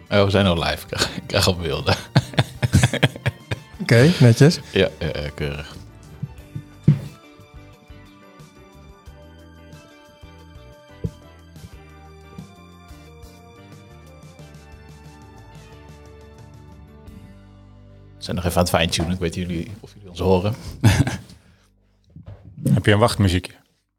Oh, we zijn al live. Ik krijg al beelden. Oké, netjes. Ja, keurig. We zijn nog even aan het fine-tunen. Ik weet jullie of jullie ons horen. Heb je een wachtmuziekje?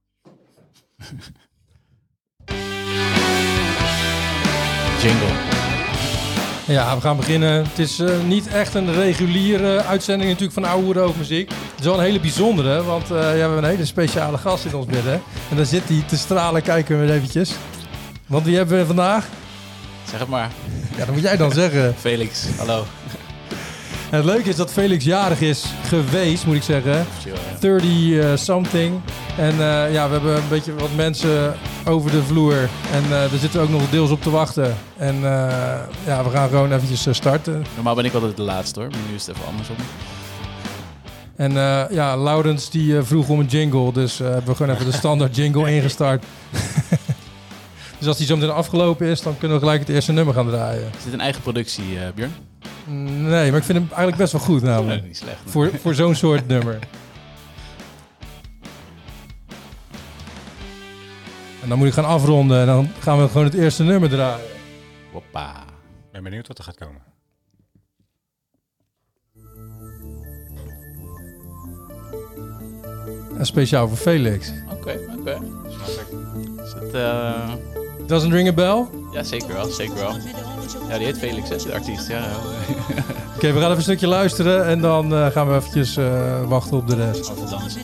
Jingle. Ja, we gaan beginnen. Het is niet echt een reguliere uitzending natuurlijk van Oude Hoeren over muziek. Het is wel een hele bijzondere, want we hebben een hele speciale gast in ons midden. En daar zit hij te stralen, kijken we eventjes. Want wie hebben we vandaag? Zeg het maar. Ja, dat moet jij dan zeggen. Felix, hallo. En het leuke is dat Felix jarig is geweest, moet ik zeggen. 30-something. En we hebben een beetje wat mensen over de vloer. En daar zitten we ook nog deels op te wachten. En we gaan gewoon eventjes starten. Normaal ben ik altijd de laatste hoor, maar nu is het even andersom. En Laurens die vroeg om een jingle. Dus hebben we gewoon even de standaard jingle ingestart. Dus als die zo meteen afgelopen is, dan kunnen we gelijk het eerste nummer gaan draaien. Is dit een eigen productie, Björn? Nee, maar ik vind hem eigenlijk best wel goed namelijk. Nee, niet slecht. Voor zo'n soort nummer. En dan moet ik gaan afronden en dan gaan we gewoon het eerste nummer draaien. Hoppa. Ik ben benieuwd wat er gaat komen. En speciaal voor Felix. Oké. Snap ik. Is het... Doesn't ring a bell? Ja, zeker wel. Ja, die heet Felix, hè, de artiest. Ja. Oké, we gaan even een stukje luisteren en dan gaan we eventjes wachten op de rest. Over dansen.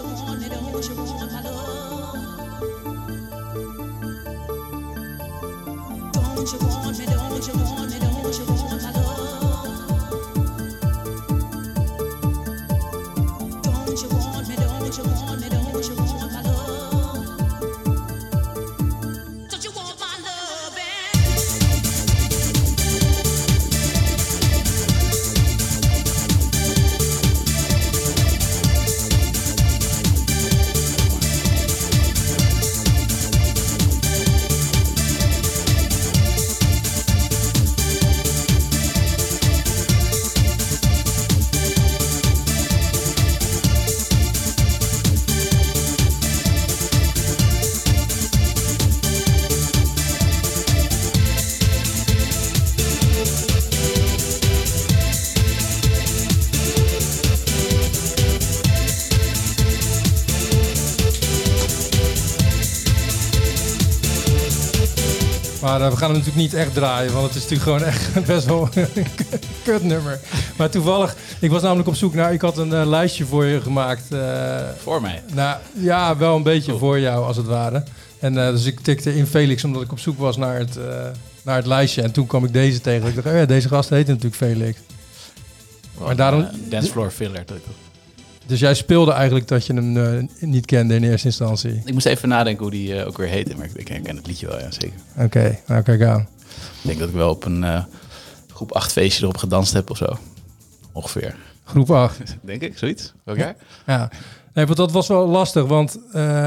Maar we gaan hem natuurlijk niet echt draaien, want het is natuurlijk gewoon echt best wel een kutnummer. Maar toevallig, ik was namelijk op zoek naar, ik had een lijstje voor je gemaakt. Voor mij? Nou ja, wel een beetje voor jou als het ware. En dus ik tikte in Felix omdat ik op zoek was naar het lijstje. En toen kwam ik deze tegen. Ik dacht, deze gast heet natuurlijk Felix. Maar daarom... Dancefloor filler. Dus jij speelde eigenlijk dat je hem niet kende in eerste instantie? Ik moest even nadenken hoe die ook weer heette, maar ik ken het liedje wel, ja, zeker. Oké, nou kijk aan. Ik denk dat ik wel op een groep 8 feestje erop gedanst heb of zo. Ongeveer. Groep 8. Denk ik, zoiets. Oké. Ja. Nee, want dat was wel lastig, want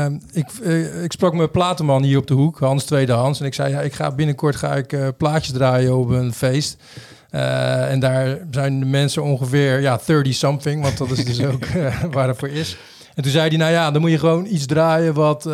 ik sprak met platenman hier op de hoek, Hans Tweedehands. En ik zei, ja, binnenkort ga ik plaatjes draaien op een feest. En daar zijn de mensen ongeveer 30-something, want dat is dus ook waar het voor is. En toen zei hij, nou ja, dan moet je gewoon iets draaien wat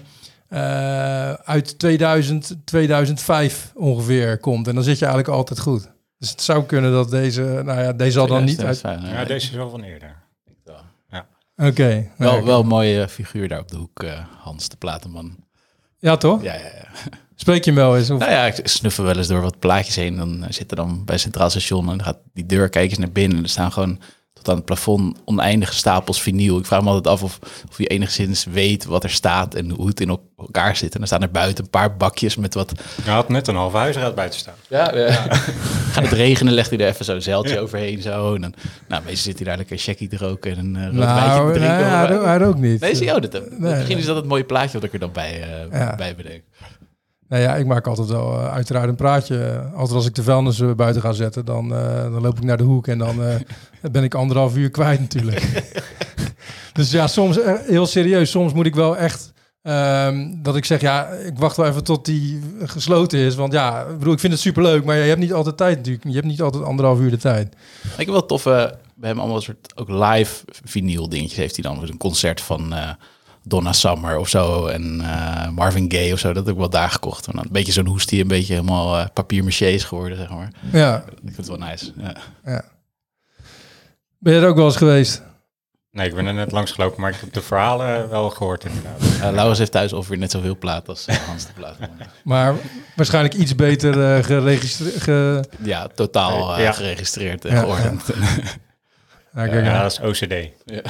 uit 2005 ongeveer komt. En dan zit je eigenlijk altijd goed. Dus het zou kunnen dat deze al dan niet uit... Ja, deze is wel van eerder. Ja. Oké. Wel een mooie figuur daar op de hoek, Hans de platenman. Ja, toch? Ja. Spreek je hem wel eens? Of? Nou ja, ik snuffel wel eens door wat plaatjes heen. Dan zitten dan bij Centraal Station en dan gaat die deur kijken eens naar binnen. En er staan gewoon tot aan het plafond oneindige stapels vinyl. Ik vraag me altijd af of je enigszins weet wat er staat en hoe het in elkaar zit. En dan staan er buiten een paar bakjes met wat... Je had net een halve huisraad buiten staan. Ja. Gaat het regenen, legt hij er even zo'n zeiltje overheen. Zo. En dan, meestal zit hij daar lekker een checkie te roken en een rood wijntje te drinken. Hij rookt niet. Nee, zie je dat? Misschien is dat het mooie plaatje wat ik er dan bij bedenk. Nou ja, ik maak altijd wel uiteraard een praatje. Altijd als ik de vuilnis buiten ga zetten, dan loop ik naar de hoek en dan ben ik 1,5 uur kwijt natuurlijk. Dus ja, soms heel serieus. Soms moet ik wel echt Dat ik zeg, ik wacht wel even tot die gesloten is. Want ik vind het superleuk, maar je hebt niet altijd tijd natuurlijk. Je hebt niet altijd 1,5 uur de tijd. Ik heb wel toffe, we hebben allemaal een soort ook live vinyl dingetjes. Heeft hij dan een concert van Donna Summer of zo en Marvin Gaye of zo. Dat heb ik wel daar gekocht. En dan een beetje zo'n hoestie, een beetje helemaal papier-maché is geworden, zeg maar. Ja. Ik vind het wel nice. Ja. Ben je er ook wel eens geweest? Nee, ik ben er net langs gelopen, maar ik heb de verhalen wel gehoord inderdaad. Laurens heeft thuis ongeveer net zoveel plaat als Hans de plaat. Maar waarschijnlijk iets beter geregistreerd. Ja, totaal geregistreerd en geordend. Ja, dat is OCD. Ja.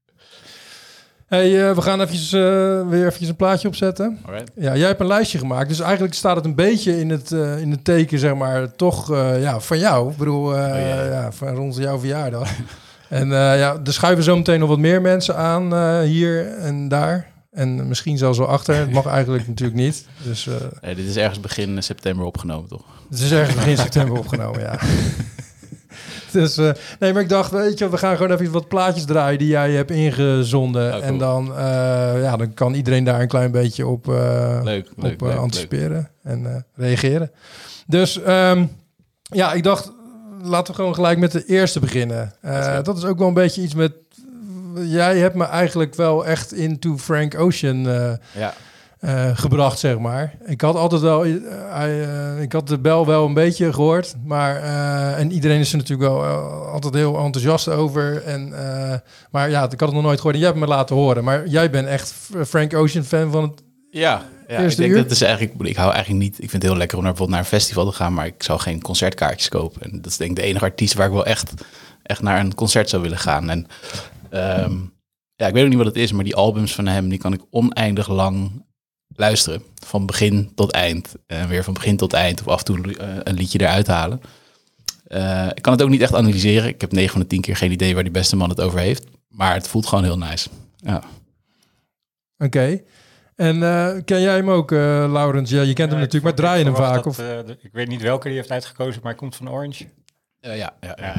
Hey, we gaan weer eventjes een plaatje opzetten. Alright. Ja, jij hebt een lijstje gemaakt. Dus eigenlijk staat het een beetje in het teken, zeg maar, toch van jou. Ik bedoel, van rond jouw verjaardag. En er schuiven zo meteen nog wat meer mensen aan hier en daar. En misschien zelfs wel achter. Het mag eigenlijk natuurlijk niet. Dus, dit is ergens begin september opgenomen, toch? Het is ergens begin september opgenomen, ja. Dus, maar ik dacht, weet je, we gaan gewoon even wat plaatjes draaien die jij hebt ingezonden. Oh, cool. En dan kan iedereen daar een klein beetje op anticiperen en reageren. Dus ik dacht, laten we gewoon gelijk met de eerste beginnen. Dat is ook wel een beetje iets met... Jij hebt me eigenlijk wel echt into Frank Ocean gebracht, zeg maar. Ik had altijd wel... ik had de bel wel een beetje gehoord. Maar... en iedereen is er natuurlijk wel altijd heel enthousiast over. Maar ik had het nog nooit gehoord. En jij hebt me laten horen. Maar jij bent echt Frank Ocean fan van het... Ja, ik denk dat is eigenlijk... Ik hou eigenlijk niet... Ik vind het heel lekker om bijvoorbeeld naar een festival te gaan, maar ik zou geen concertkaartjes kopen. En dat is denk ik de enige artiest waar ik wel echt naar een concert zou willen gaan. En ik weet ook niet wat het is, maar die albums van hem, die kan ik oneindig lang luisteren. Van begin tot eind. En weer van begin tot eind. Of af en toe een liedje eruit halen. Ik kan het ook niet echt analyseren. Ik heb 9 van de 10 keer geen idee waar die beste man het over heeft. Maar het voelt gewoon heel nice. Ja. Oké. En ken jij hem ook, Laurens? Ja, je kent hem natuurlijk, maar draai je hem vaak? Of? Ik weet niet welke die heeft uitgekozen, maar hij komt van Orange. Ja,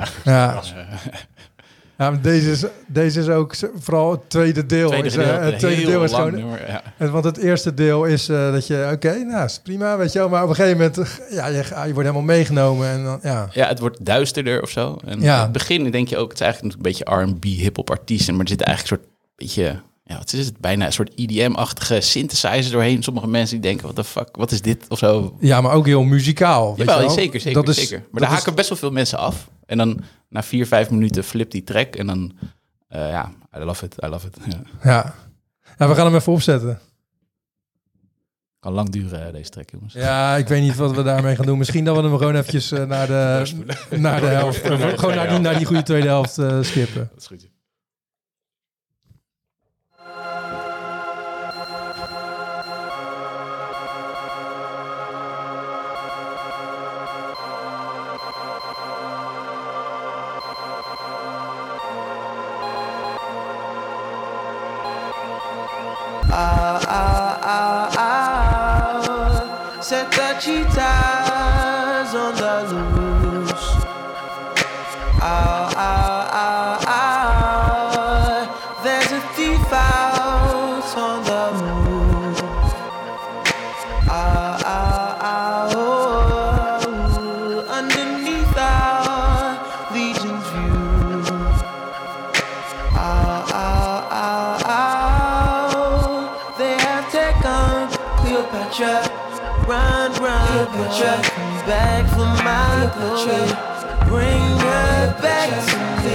maar deze is ook vooral het tweede deel. Het tweede deel is gewoon... Nummer, want het eerste deel is dat je... is prima, weet je wel. Maar op een gegeven moment... je wordt helemaal meegenomen. En dan, ja, het wordt duisterder of zo. En in het begin denk je ook... Het is eigenlijk een beetje R&B, hip-hop artiesten. Maar er zit eigenlijk een soort beetje... Ja, wat is het? Bijna een soort EDM-achtige synthesizer doorheen. Sommige mensen die denken, what the fuck, wat is dit? Of zo. Ja, maar ook heel muzikaal. Weet je wel? Zeker. Maar daar haken best wel veel mensen af. En dan na 4-5 minuten flipt die track. En dan, I love it. Ja, we gaan hem even opzetten. Kan lang duren, deze track, jongens. Ja, ik weet niet wat we daarmee gaan doen. Misschien dat we hem gewoon eventjes naar de helft... gewoon naar die goede tweede helft skippen. Dat is goed. Set the cheetahs on the loose. There's a thief out on the move. Underneath our legion's view. They have taken Cleopatra. Run, Cleopatra, come back for my glory. Bring her back to me.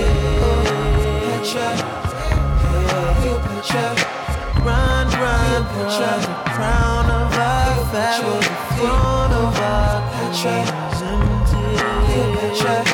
Cleopatra, run, Cleopatra, the crown of our pharaoh, the throne of our kings empty. Cleopatra.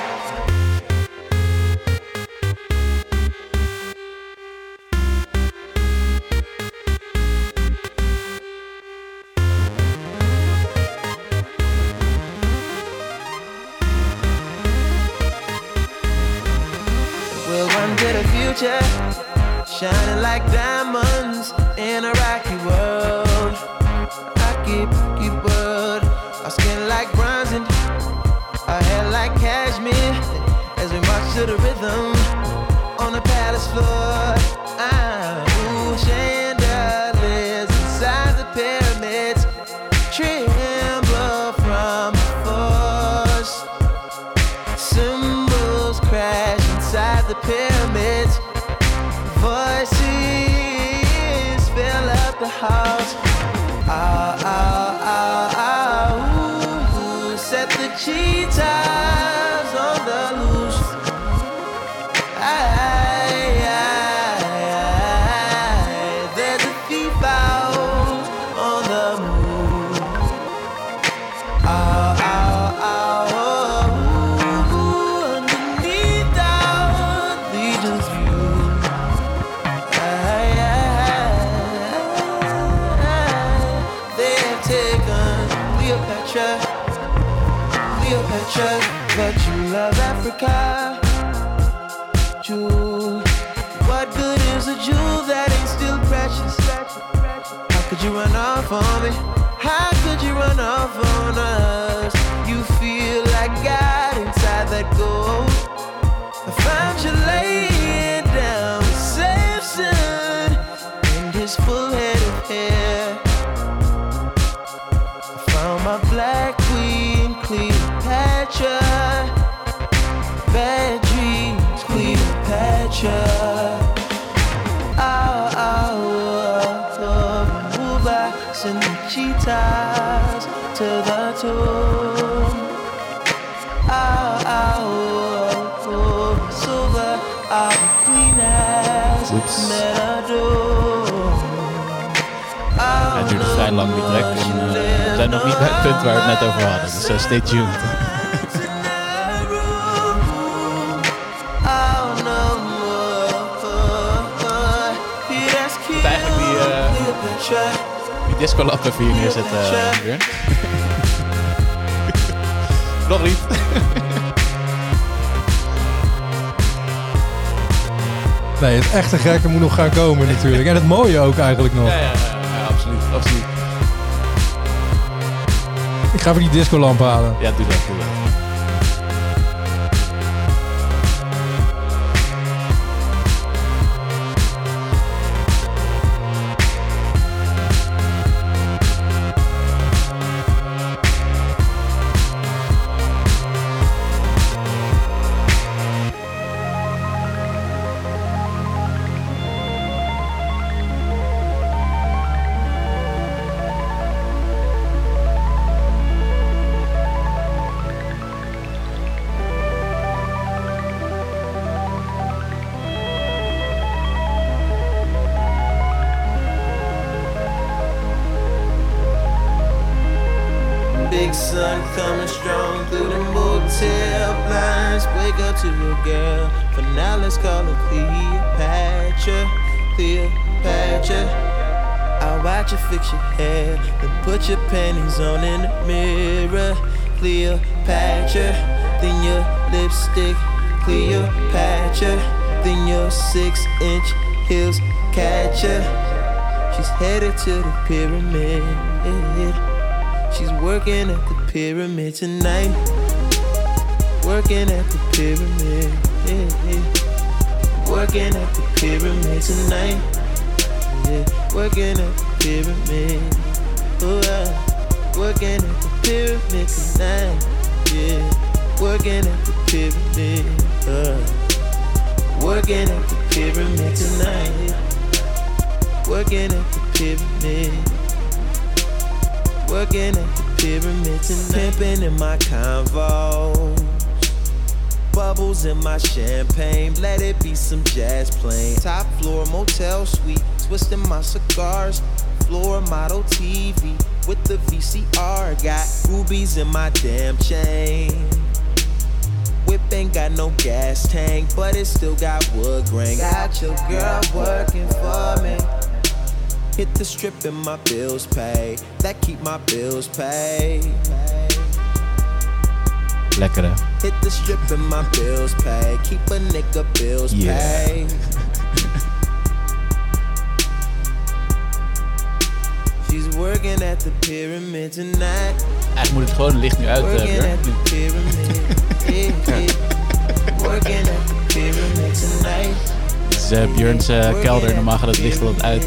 Shining like diamonds in a rocky world. Rocky world. Our skin like bronze and our hair like cashmere. As we march to the rhythm on the palace floor. Chandeliers and cheetahs on the loose. There's a thief out on the move. Underneath our legion's view. They have taken Cleopatra, but you love Africa. Jewel, what good is a jewel that ain't still precious? How could you run off on me? How could you run off on us? You feel like God inside that gold. I found you laying down with Samson and his full head of hair. I found my black queen, Cleopatra. Bad dreams, Cleopatra. Send the cheetahs to the tomb. Silver, our queen has Het duurde vrij lang die track en we zijn nog niet bij het punt waar we het net over hadden. Dus stay tuned. Die disco-lamp even hier neerzetten, Björn. Nog niet. Nee, het echte gekke moet nog gaan komen natuurlijk. En het mooie ook eigenlijk nog. Ja, absoluut. Ik ga even die discolamp halen. Ja, doe dat. Big sun coming strong through the motel blinds. Wake up to your girl, for now let's call her Cleopatra. I'll watch you fix your hair, then put your panties on in the mirror. Cleopatra, then your lipstick. Cleopatra, then your 6-inch heels catch her. She's headed to the pyramid. She's working at the pyramid tonight. Working at the pyramid. Working at the pyramid tonight. Working at the pyramid. Working at the pyramid tonight. Working at the pyramid. Working at the pyramid tonight. Working at the pyramid. Working at the pyramid tonight. Pimping in my Convo. Bubbles in my champagne. Let it be some jazz playing. Top floor motel suite. Twisting my cigars. Floor model TV with the VCR. Got rubies in my damn chain. Whip ain't got no gas tank, but it still got wood grain. Got your girl working for me. Hit the strip and my bills pay. That keep my bills paid. Lekker hè? Hit the strip and my bills pay. Keep a nigga bills paid. She's working at the pyramid tonight. Eigenlijk moet het gewoon licht nu uit, Working Björn. at the pyramid. Working at the pyramid tonight. Dit is Björn's kelder. Normaal gaat het licht altijd uit.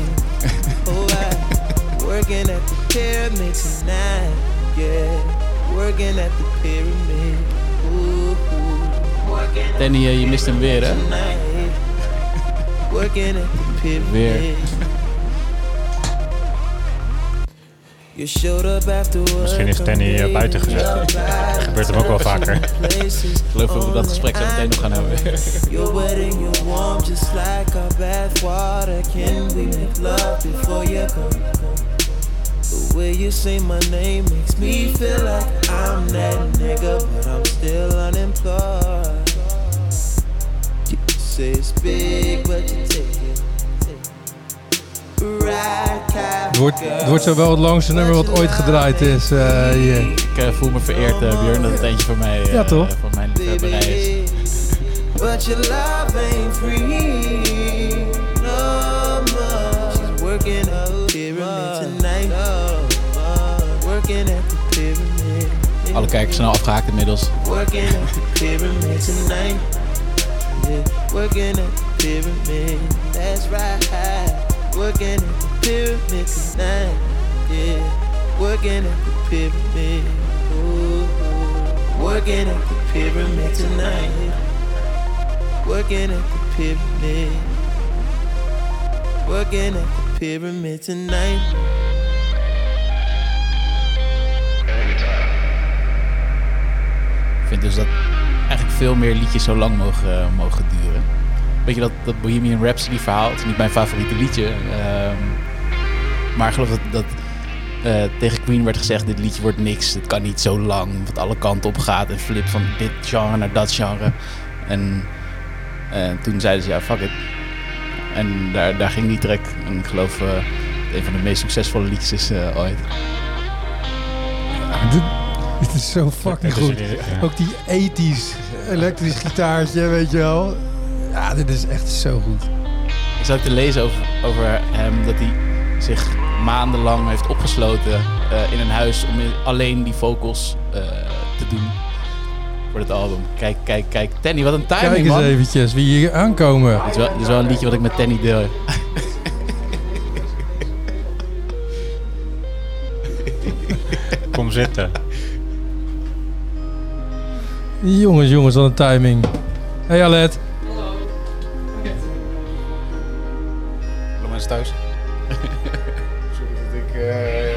Working at the pyramid tonight. Yeah. Working at the pyramid. Danny, je mist hem weer, hè? Working at the pyramid. Weer. You showed up afterwards. Misschien is Danny buiten gezet. Dat gebeurt hem ook wel vaker. Ik geloof dat we dat gesprek zo meteen nog gaan hebben. You're wet and you're warm, just like our bath water. Can we make love before you go? The way you say my name makes me feel like I'm that nigga, but I'm still unemployed. You say it's big, but you take it. Het wordt zo wel het langste nummer wat ooit gedraaid is hier. Ik voel me vereerd, Björn, dat het eentje van mij Ja, toch? van mijn liefhebberij is. But your love ain't free no more. She's working at the pyramid tonight. Working at the pyramid. Alle kijkers zijn al afgehaakt inmiddels. Working at the pyramid tonight. Yeah, working at the pyramid. That's right. Working at the pyramid tonight. Yeah, working at the pyramid. Ooh, working at the pyramid tonight. Working at the pyramid. Working at the pyramid tonight. Ik vind dus dat eigenlijk veel meer liedjes zo lang mogen duren. Weet je, dat Bohemian Rhapsody verhaal, het is niet mijn favoriete liedje. Maar ik geloof dat tegen Queen werd gezegd, dit liedje wordt niks. Het kan niet zo lang, wat alle kanten op gaat en flip van dit genre naar dat genre. En toen zeiden ze, ja, fuck it. En daar ging die track. En ik geloof dat een van de meest succesvolle liedjes is ooit. Dit is zo fucking goed. Ook die 80's elektrisch gitaartje, weet je wel. Ja, dit is echt zo goed. Ik zat te lezen over hem dat hij zich maandenlang heeft opgesloten in een huis om alleen die vocals te doen voor het album. Kijk, Tanny, wat een timing, Kijk eens man. eventjes wie hier aankomen. Dit is wel een liedje wat ik met Tanny deel. Kom zitten. Jongens, wat een timing. Hey Alet. Hallo mensen thuis. Sorry dat ik We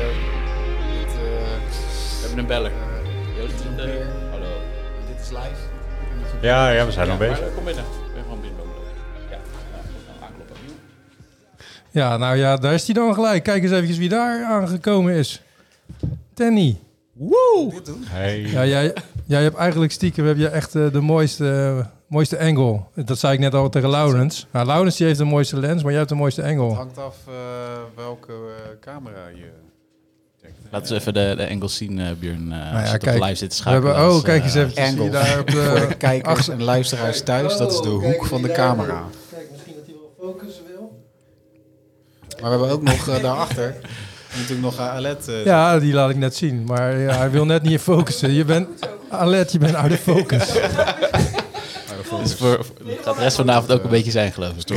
hebben een beller. Hallo. dit is live. Ja, we zijn nog bezig. Kom binnen. Ik ben gewoon binnen. Ja, aankloppen. Ja, nou ja, daar is hij dan gelijk. Kijk eens eventjes wie daar aangekomen is. Tanny. Woe! Hey. Ja, jij hebt eigenlijk stiekem heb je echt de mooiste angle. Dat zei ik net al tegen Laurens. Nou, Laurens die heeft de mooiste lens, maar jij hebt de mooiste Het angle. hangt af welke camera je checkt. Laten we even de angles zien, Björn. Als je het kijk, op live zit te We hebben, schakelen. kijk eens eventjes Angle. wie daar op Voor de de... kijkers en luisteraars thuis, dat is de hoek van de camera. Kijk, misschien dat hij wel focussen wil. Maar we hebben ook nog daarachter natuurlijk nog Alet. Ja, die laat ik net zien. Maar ja, hij wil net niet focussen. Je bent Alet, je bent out of focus. Dus gaat de rest van de avond ook een beetje zijn, geloof ik.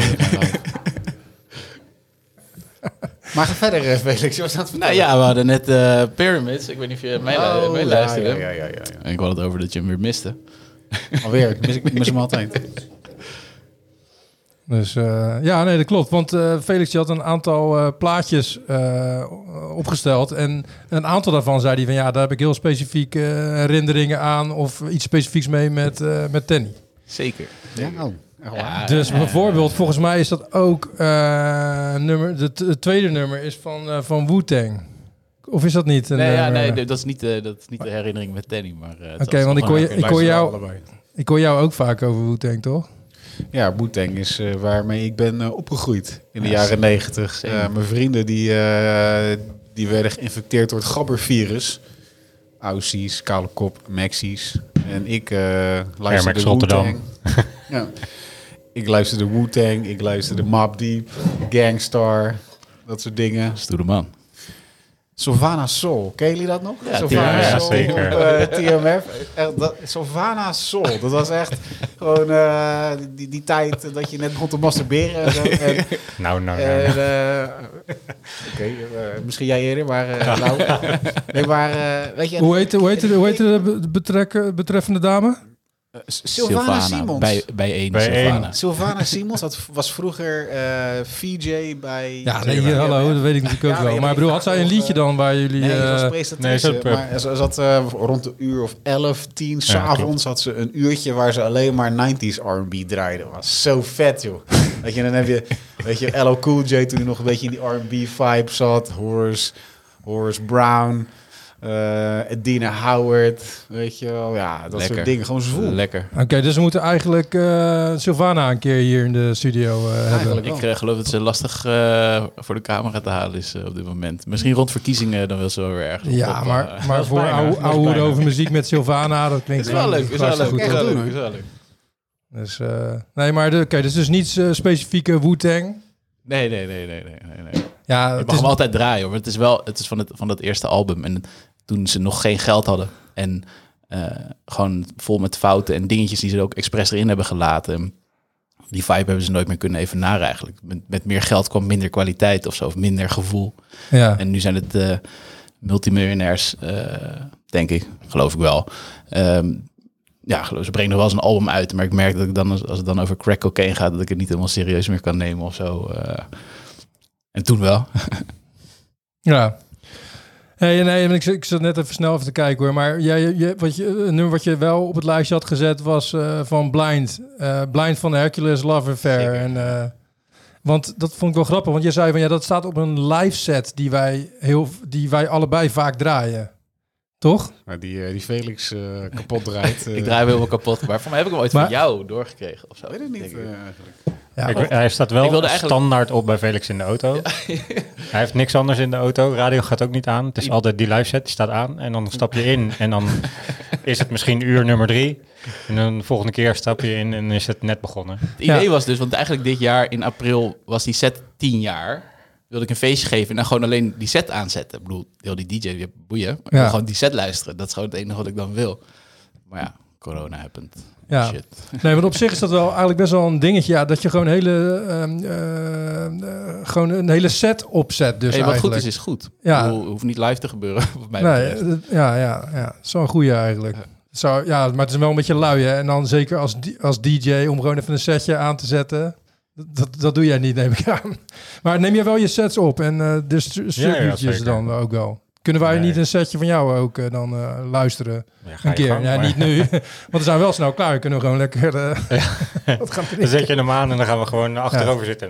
Maar ga verder, Felix. Je was aan het Nou vertellen. ja, we hadden net Pyramids. Ik weet niet of je mee luisterde. Ja. En ik had het over dat je hem weer miste. Alweer, ik mis hem altijd. Dus ja, nee, dat klopt. Want Felix die had een aantal plaatjes opgesteld. En een aantal daarvan zei hij van ja, daar heb ik heel specifieke herinneringen aan. Of iets specifieks mee met Tanny. Zeker. Ja, oh, echt waar. Ja, Dus bijvoorbeeld, volgens mij is dat ook nummer. Het tweede nummer is van Wu-Tang. Of is dat niet? Een Nee, nummer? dat is niet de herinnering met Tanny. Oké, want ik hoor jou ook vaak over Wu-Tang, toch? Ja, Wu-Tang is waarmee ik ben opgegroeid in de Ja, jaren 90. same. Mijn vrienden die werden geïnfecteerd door het gabbervirus. Aussies, kale kop, Maxies. En ik luisterde Max Rotterdam. Wu-Tang. Ja. Ik luisterde Wu-Tang, ik luisterde Mobb Deep, Gangstar, dat soort dingen. Stoere man. Sylvana Soul, ken jullie dat nog? Ja, Sylvana ja, Soul zeker. op TMF. Sylvana Soul, dat was echt gewoon die tijd dat je net begon te masturberen en zo. En, Nou. Oké, misschien jij eerder, maar nou. Nee, maar weet je... Hoe heet de betreffende dame? Sylvana Simons. Bij één Bij Sylvana. Sylvana Simons was vroeger VJ bij... Ja, nee, hallo, dat weet ik natuurlijk ook wel. Maar ik bedoel, had zij een liedje dan waar jullie... Nee, ze was nee, presentatrice. ze Maar ze zat rond de uur of 11, 10 s'avonds had ze een uurtje waar ze alleen maar 90s R&B draaide. Dat was zo vet, joh. Weet je, dan heb je, weet je, LL Cool J toen hij nog een beetje in die R&B vibe zat. Horace Brown, Adina Howard, weet je wel. Ja, dat soort dingen. Gewoon zwoel. Lekker. Oké, dus we moeten eigenlijk Sylvana een keer hier in de studio hebben. Eigenlijk wel. Ik geloof dat ze lastig voor de camera te halen is op dit moment. Misschien rond verkiezingen dan wil ze wel weer erg. Ja, op, maar voor ouwe over muziek met Sylvana, dat klinkt is wel leuk. Is wel leuk. goed. Is wel leuk. Is wel leuk. Dus, nee, maar dus is niet specifieke Wu-Tang. Nee. Ja, Je het mag is hem altijd draaien, hoor. Het is van dat eerste album. En toen ze nog geen geld hadden. En gewoon vol met fouten en dingetjes die ze er ook expres erin hebben gelaten. Die vibe hebben ze nooit meer kunnen evenaren eigenlijk. Met meer geld kwam minder kwaliteit of zo. Of minder gevoel. ja. En nu zijn het multimiljonairs, denk ik. Geloof ik wel. Ja, ze brengen nog wel eens een album uit. Maar ik merk dat ik dan, als het dan over crack cocaine gaat, dat ik het niet helemaal serieus meer kan nemen of zo. En toen wel. Ja. Hey, nee, ik zat net even snel even te kijken hoor. Maar een nummer wat je wel op het lijstje had gezet was van Blind. Blind van Hercules Love Affair. En, want dat vond ik wel grappig. Want je zei van ja, dat staat op een live set die wij allebei vaak draaien. Toch? Maar die Felix kapot draait. Ik draai hem helemaal kapot. Maar voor mij heb ik hem ooit van jou doorgekregen of zo. weet het niet denk ik. eigenlijk. Ja, Hij staat Ik wel wilde eigenlijk- standaard op bij Felix in de auto. Hij heeft niks anders in de auto. Radio gaat ook niet aan. Het is altijd die live set, die staat aan. En dan stap je in en dan is het misschien uur nummer 3. En dan de volgende keer stap je in en is het net begonnen. Het idee was dus, want eigenlijk dit jaar in april was die set 10 jaar. Wilde ik een feestje geven en dan gewoon alleen die set aanzetten. Ik bedoel, heel die DJ, die boeien. Maar ik wil gewoon die set luisteren. Dat is gewoon het enige wat ik dan wil. Maar ja, corona happened. Ja. Shit. Nee, want op zich is dat wel eigenlijk best wel een dingetje. Ja, dat je gewoon gewoon een hele set opzet. Dus Hey, wat eigenlijk. goed is goed. Ja. Ik bedoel, hoeft niet live te gebeuren. Wat mij Nee, betreft. ja. Dat is wel een goeie eigenlijk. Maar het is wel een beetje lui, hè? En dan zeker als DJ om gewoon even een setje aan te zetten. Dat doe jij niet, neem ik aan. Maar neem je wel je sets op en de circuitjes zeker. dan ook wel. Kunnen wij Nee. niet een setje van jou ook dan luisteren? Ja, ga Een je keer. gang, Ja, maar- niet nu. Want we zijn wel snel klaar. We kunnen gewoon lekker... wat gaan we Dan zet je hem aan en dan gaan we gewoon achterover zitten.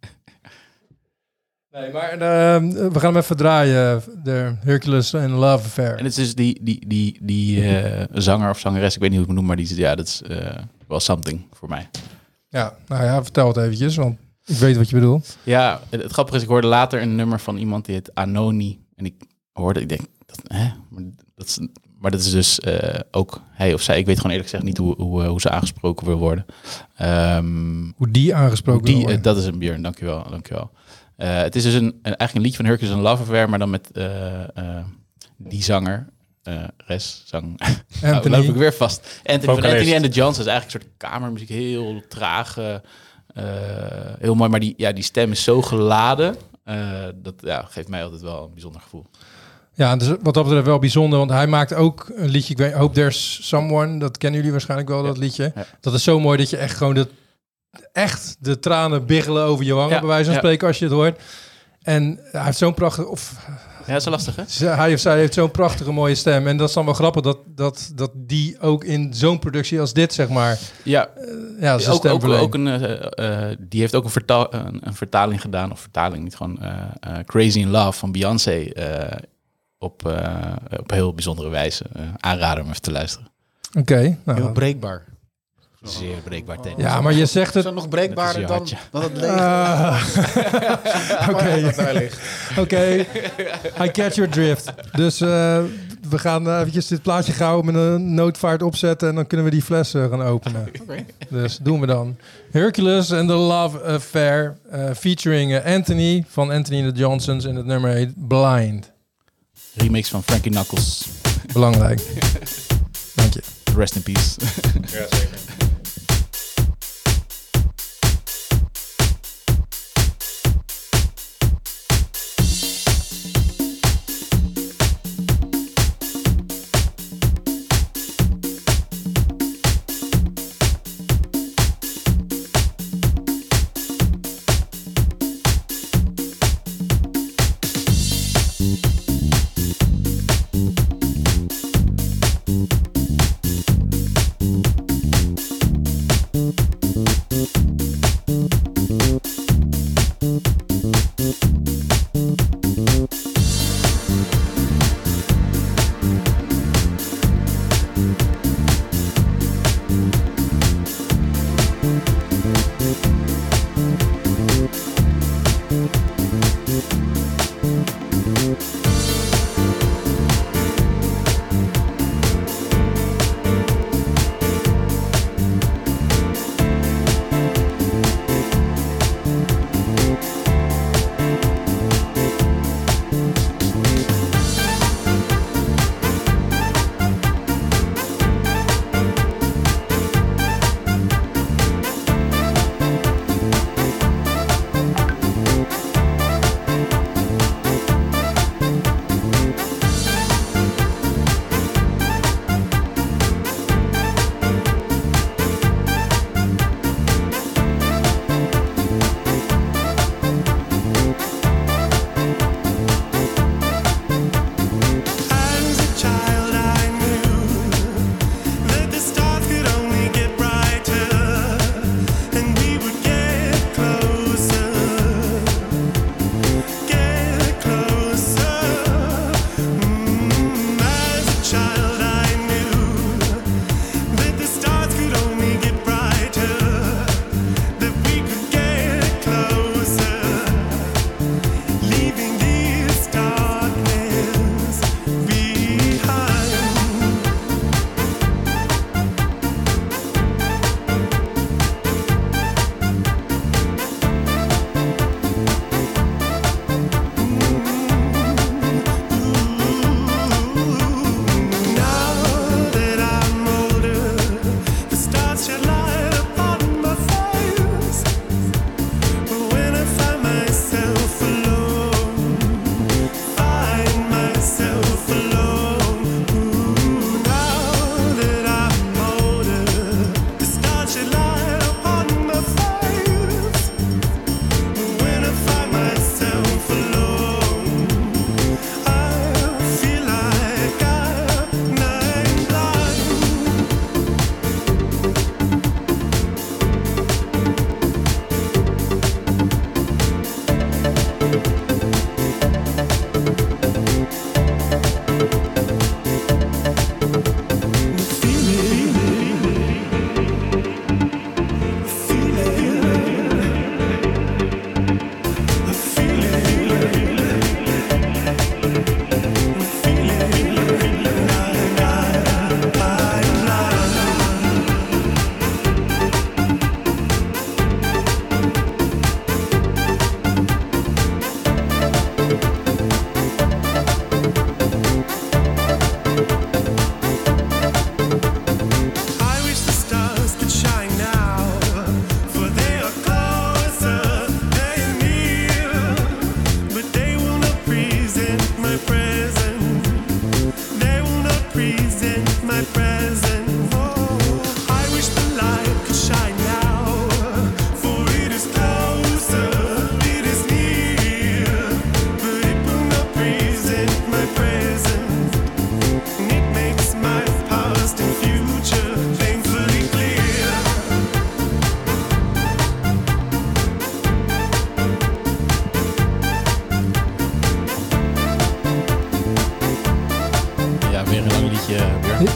Nee, maar we gaan hem even draaien. De Hercules and Love Affair. En het is dus die zanger of zangeres, ik weet niet hoe ik het noem, maar dat is wel something voor mij. Ja, nou ja, vertel het eventjes, want ik weet wat je bedoelt. Ja, het grappige is, ik hoorde later een nummer van iemand die heet Anoni. En ik denk, maar dat is dus ook hij of zij. Ik weet gewoon eerlijk gezegd niet hoe ze aangesproken wil worden. Hoe die aangesproken wordt. Dat is een Björn, dankjewel. Het is dus eigenlijk een liedje van Hercules and Love Affair, maar dan met die zanger. Zang. Anthony. Nou, loop ik weer vast. Anthony Vocalist. and the Johnsons is eigenlijk een soort kamermuziek, heel traag, heel mooi, maar die stem is zo geladen. Dat geeft mij altijd wel een bijzonder gevoel. Ja, dus wat dat betreft wel bijzonder, want hij maakt ook een liedje. Ik weet, Hope There's Someone, dat kennen jullie waarschijnlijk wel, dat liedje. Ja. Dat is zo mooi dat je echt gewoon de tranen biggelen over je wangen, Ja, bij wijze van ja. spreken, als je het hoort. En hij heeft zo'n prachtige, Ja, dat is wel lastig, hè? hij of zij heeft zo'n prachtige mooie stem. En dat is dan wel grappig dat die ook in zo'n productie als dit, zeg maar, Ja, zijn stem verleent. die heeft ook een vertaling gedaan, of vertaling niet, gewoon Crazy in Love van Beyoncé op heel bijzondere wijze. Aanrader om even te luisteren. Oké, nou, Heel breekbaar. Zeer breekbaar thema. ja, maar je zegt Is het. dat nog breekbaarder Met dan, een dan het leger? Oké. Wat daar ligt. Oké, I catch your drift. Dus we gaan eventjes dit plaatje gauw met een noodvaart opzetten en dan kunnen we die flessen gaan openen. Oké. Dus doen we dan. Hercules and the Love Affair, featuring Anthony van Anthony and the Johnsons en het nummer heet Blind. Remix van Frankie Knuckles. Belangrijk. Dank je. Rest in peace. Ja, zeker.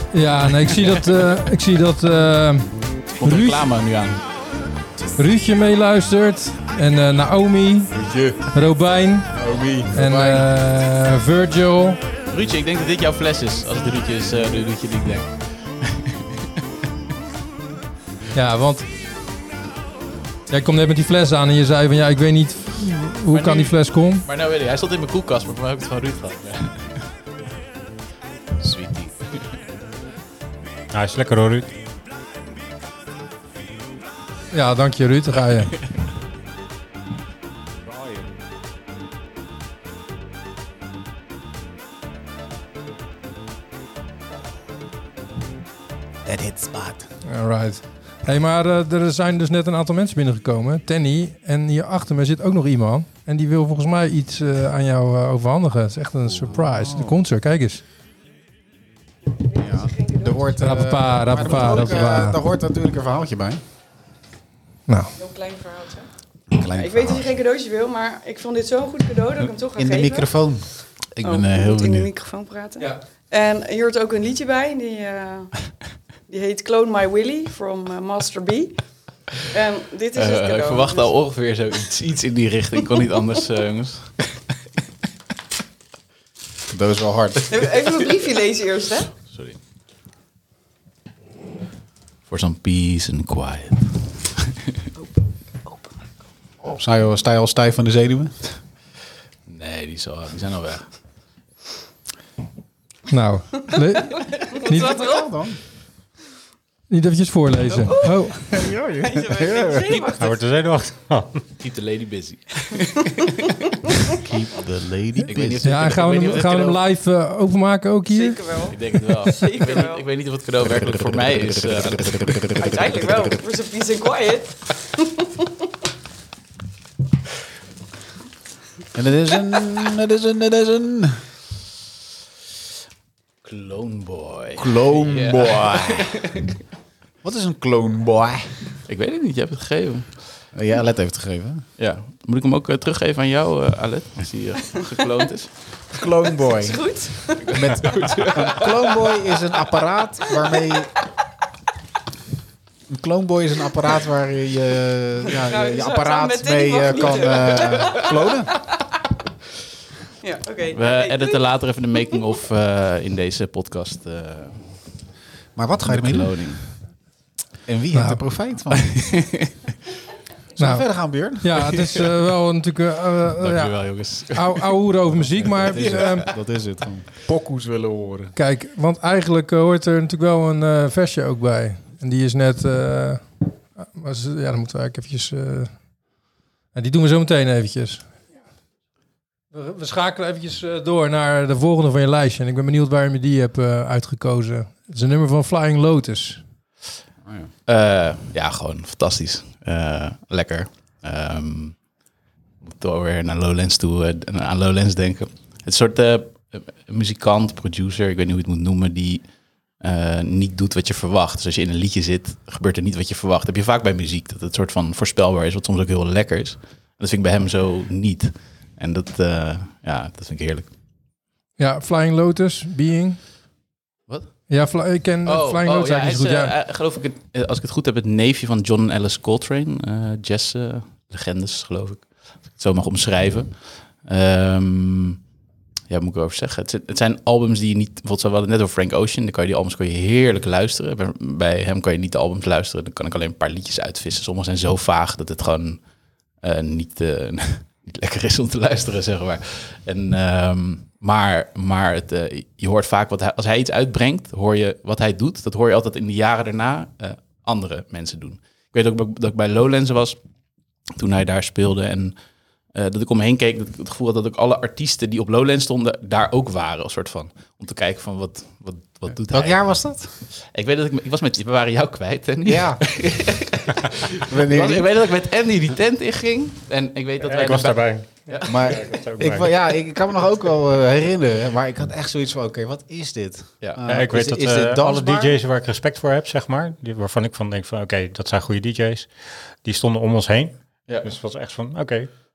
Ja, nee, ik zie dat Komt reclame nu aan. Ruudje meeluistert. En Naomi, Robijn en Virgil. Ruudje, ik denk dat dit jouw fles is. Als het Ruudje is, de Ruudje die ik denk. Ja, want jij komt net met die fles aan en je zei van ja, ik weet niet hoe Maar kan nu- die fles komen. Maar nou weet ik, hij stond in mijn koelkast, maar voor mij heb ik het van Ruud gehad. Ja. Sweetie. Hij is lekker hoor, Ruud. Ja, dank je Ruud, daar ga je. That hit spot. Alright. Hey, maar er zijn dus net een aantal mensen binnengekomen. Tenny. En hier achter me zit ook nog iemand. En die wil volgens mij iets aan jou overhandigen. Het is echt een surprise. De concert, kijk eens. Ja. Er hoort, Rapapa, maar rapapa, rapapa. daar hoort natuurlijk een verhaaltje bij. Nou, Heel klein verhaaltje. Ik weet dat je geen cadeautje wil, maar ik vond dit zo'n goed cadeau dat ik hem toch ga In de geven. microfoon. Ik Oh, ben je heel moet in de benieuwd. microfoon praten. ja. En hier hoort ook een liedje bij, die heet Clone My Willy from Master B. En dit is het cadeau. Ik verwacht Dus- al ongeveer zo iets in die richting. Ik kon niet anders, jongens. Dat is wel hard. Even mijn briefje lezen eerst, hè? Sorry. For some peace and quiet. Sta je al stijf van de zenuwen? Nee, die zijn al weg. Nou, niet, Wat erop? niet eventjes voorlezen. Oh, Hij wordt er zenuwachtig van. Keep the lady busy. Keep the lady Ik weet niet ja, en gaan we hem live openmaken ook hier? Zeker wel. Ik denk het wel. Zeker wel. Ik weet niet of het cadeau werkelijk voor mij is. Uiteindelijk wel. For some peace and quiet. En het is een Clone Boy. clone Ja. boy. Wat is een clone boy? Ik weet het niet, je hebt het gegeven. Ja, Alet heeft het gegeven. Ja. Moet ik hem ook teruggeven aan jou, Alet? Als hij gekloond is. Clone boy. Is goed? Een clone boy is een apparaat waarmee... Een clone boy is een apparaat waar je Nou, je zo- apparaat zo meteen mee mag kan niet, klonen. Ja, oké. We editen later even de making-of in deze podcast. Maar wat ga je ermee doen? Kloning. En wie heeft er profijt van? Zullen we Nou, verder gaan, Björn? ja, het is wel natuurlijk Dankjewel, jongens. ouwe hoeren over muziek, maar Dat is het gewoon. Pokoes willen horen. kijk, want eigenlijk hoort er natuurlijk wel een versje ook bij. En die is net, ja, dan moeten we eigenlijk eventjes, die doen we zo meteen eventjes. We schakelen eventjes door naar de volgende van je lijstje. En ik ben benieuwd waarom je die hebt uitgekozen. Het is een nummer van Flying Lotus. Ja, gewoon fantastisch. Lekker. Moet door weer naar Lowlands toe, aan Lowlands denken. Het soort muzikant, producer, ik weet niet hoe je het moet noemen, die niet doet wat je verwacht. Dus als je in een liedje zit, gebeurt er niet wat je verwacht. Dat heb je vaak bij muziek, dat het soort van voorspelbaar is, wat soms ook heel lekker is. En dat vind ik bij hem zo niet. En dat vind ik heerlijk. Ja, Flying Lotus, Being. Wat? Ja, ik ken Flying Lotus ja, eigenlijk niet hij zo is, goed. Ja. geloof ik, als ik het goed heb, het neefje van John en Alice Coltrane. Jazz-legendes, geloof ik. Als ik het zo mag omschrijven. Ja, moet ik erover zeggen. Het zijn albums die je niet... Bijvoorbeeld, we hadden het net over Frank Ocean. Dan kan je die albums heerlijk luisteren. Bij hem kan je niet de albums luisteren. Dan kan ik alleen een paar liedjes uitvissen. Sommige zijn zo vaag dat het gewoon niet lekker is om te luisteren, zeg maar. En, maar je hoort vaak, als hij iets uitbrengt, hoor je wat hij doet. Dat hoor je altijd in de jaren daarna andere mensen doen. Ik weet ook dat ik bij Lowlands was, toen hij daar speelde. En dat ik om me heen keek, dat ik het gevoel had dat ook alle artiesten die op Lowlands stonden, daar ook waren. Een soort van, om te kijken van wat doet hij. Welk jaar was dat? Ik weet dat we waren jou kwijt. En Ja. ik weet dat ik met Andy die tent inging. En ik weet dat wij Ik was daarbij. Maar Ik was ook ik kan me nog ook wel herinneren. Maar ik had echt zoiets van, oké, wat is dit? Ja. Ja, ik weet dat is dit alle dansbaar? DJ's waar ik respect voor heb, zeg maar, waarvan ik denk van, oké, dat zijn goede DJ's, die stonden om ons heen. Ja. Dus het was echt van, oké,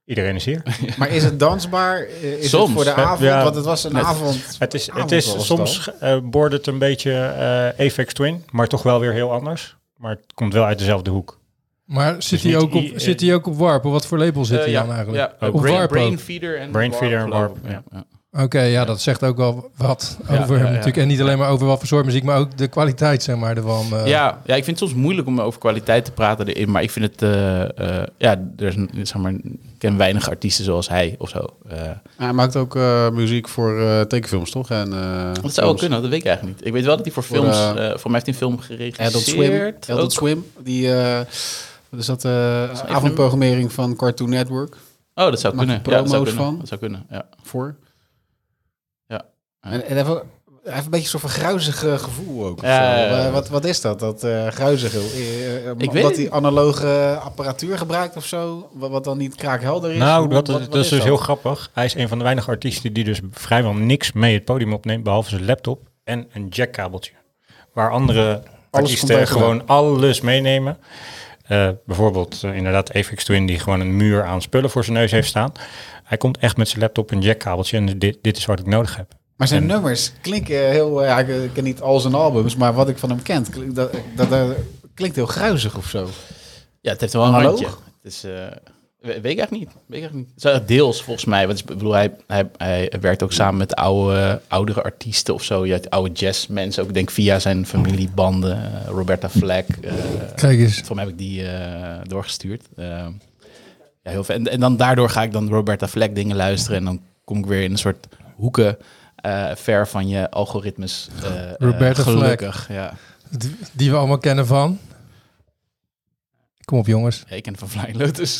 Iedereen is hier. Maar is het dansbaar? Is Soms. het voor de avond? Ja. Want het was een avond. Het is soms bordert een beetje Aphex Twin, maar toch wel weer heel anders. Maar het komt wel uit dezelfde hoek. Maar zit hij ook op Warp? Of wat voor label zit hij dan eigenlijk? Ja, Op Warp ook? Brainfeeder en Brainfeeder en Warp. Warp, Ja. Oké, ja, dat zegt ook wel wat over hem natuurlijk. En niet alleen maar over wat voor soort muziek, maar ook de kwaliteit, zeg maar, ervan. Ja, ik vind het soms moeilijk om over kwaliteit te praten erin, maar ik vind het, er is zeg maar, ik ken weinig artiesten zoals hij of zo. Hij maakt ook muziek voor tekenfilms, toch? En, Dat zou wel kunnen, dat weet ik eigenlijk niet. Ik weet wel dat hij voor films, voor mij heeft hij een film geregisseerd. Adult Swim, die... wat is dat? Avondprogrammering van Cartoon Network. Oh, dat zou Maakt kunnen. hij Ja, dat zou promo's kunnen. van? Dat zou kunnen, ja. Voor. Ja. En hij heeft een beetje een soort van gruizig gevoel ook. Ja. Wat is dat? Dat gruizige? Ik weet Omdat het. hij analoge apparatuur gebruikt of zo? Wat dan niet kraakhelder is? Nou, Wat dat is dus heel grappig. Hij is een van de weinige artiesten die dus vrijwel niks mee het podium opneemt, behalve zijn laptop en een jackkabeltje. Waar andere artiesten komt gewoon alles meenemen. Bijvoorbeeld inderdaad Aphex Twin, die gewoon een muur aan spullen voor zijn neus heeft staan. Hij komt echt met zijn laptop en jackkabeltje en dit is wat ik nodig heb. Maar zijn En- nummers klinken heel... ik ken niet al zijn albums, maar wat ik van hem ken, dat klinkt heel gruizig of zo. Ja, het heeft wel een Analoog? randje. Het is, weet ik eigenlijk niet. Het is echt deels volgens mij. Want ik bedoel, hij werkt ook samen met oudere artiesten of zo. Ja, oude jazzmensen ook. Ik denk via zijn familiebanden. Roberta Flack. Kijk eens. Voor mij heb ik die doorgestuurd. Ja, heel vet. En dan daardoor ga ik dan Roberta Flack dingen luisteren. En dan kom ik weer in een soort hoeken ver van je algoritmes. Roberta Flack. gelukkig. Ja. Die we allemaal kennen van. Kom op, jongens. Ja, ik ken van Flying Lotus.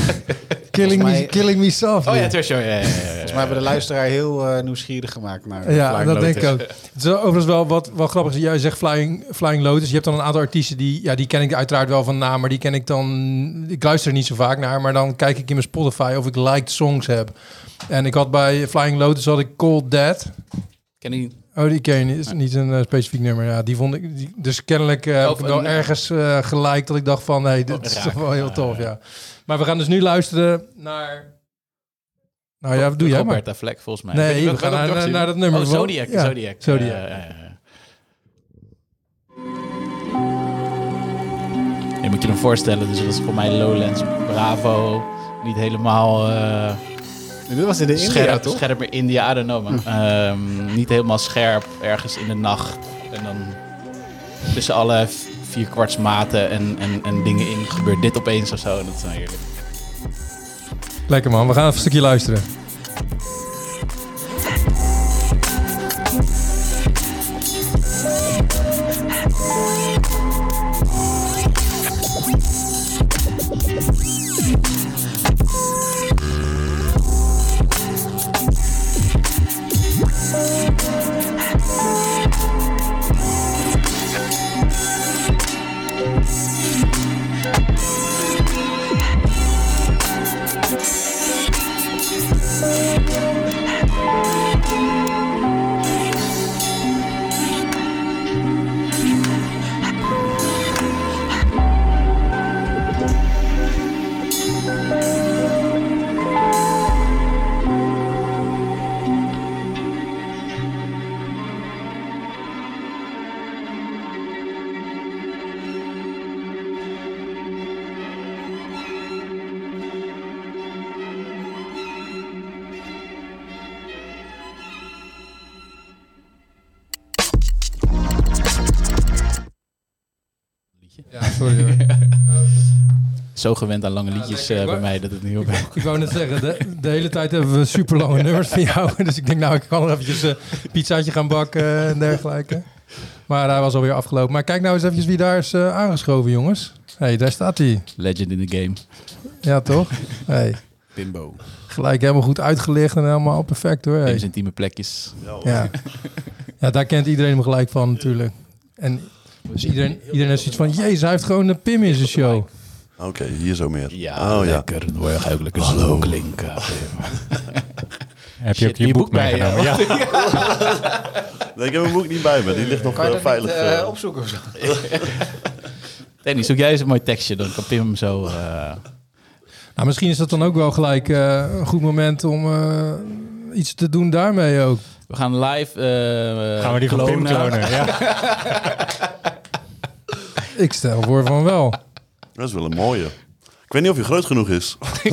Killing Me Softly. Oh ja, het is ja. Volgens mij hebben de luisteraar heel nieuwsgierig gemaakt naar Ja, Flying dat Lotus. denk ik ook. Het is overigens wel wat grappig. Jij zegt Flying Lotus. Je hebt dan een aantal artiesten die ken ik uiteraard wel van naam, maar die ken ik dan... Ik luister er niet zo vaak naar, maar dan kijk ik in mijn Spotify of ik liked songs heb. En ik had bij Flying Lotus had ik Cold Dead. Ken je niet? Oh, die ken je niet. Is niet een specifiek nummer. Ja, die vond ik... dus kennelijk heb ik wel ergens geliked dat ik dacht van... Nee, dit is toch wel heel tof, ja. Maar we gaan dus nu luisteren naar... Nou ja, wat doe jij maar. Roberta Flack, volgens mij. Nee, we gaan naar dat nummer. Oh, Zodiac. Ja, Zodiac. Zodiac. Ja. Je moet je hem voorstellen, dus dat is voor mij Lowlands Bravo. Niet helemaal Dit was in de India, toch? scherp meer India, I don't know, man. Niet helemaal scherp, ergens in de nacht. En dan tussen alle 4/4 maten en dingen in gebeurt dit opeens of zo. Dat is wel heerlijk. Lekker man, we gaan even een stukje luisteren. Ja, sorry hoor. Zo gewend aan lange liedjes lekker. bij mij dat het niet op. Ik wou net zeggen, de hele tijd hebben we super lange nummers van jou. Dus ik denk, nou, ik kan nog eventjes een pizzaatje gaan bakken en dergelijke. Maar hij was alweer afgelopen. Maar kijk nou eens eventjes wie daar is aangeschoven, jongens. Hé, daar staat hij. Legend in the game. Ja, toch? Hey, Bimbo. gelijk helemaal goed uitgelicht en helemaal perfect hoor. Hey. Even intieme plekjes. Ja. Ja, daar kent iedereen hem gelijk van natuurlijk. En dus iedereen heeft zoiets van, jezus, hij heeft gewoon een Pim in zijn show. Oké, hier zo meer. Ja, lekker. Dan hoor je ook lekker zo klinken. Heb je Shit, ook je boek bij je? meegenomen? Ja. Nee, ik heb mijn boek niet bij me. Die ligt nog Kan je dat veilig. niet opzoeken of zo? Danny, zoek jij eens een mooi tekstje. Dan kan Pim hem zo... Nou, misschien is dat dan ook wel gelijk een goed moment om iets te doen daarmee ook. We gaan live... Gaan we die van Pim klonen? Ja. Ik stel voor van wel. Dat is wel een mooie. Ik weet niet of hij groot genoeg is.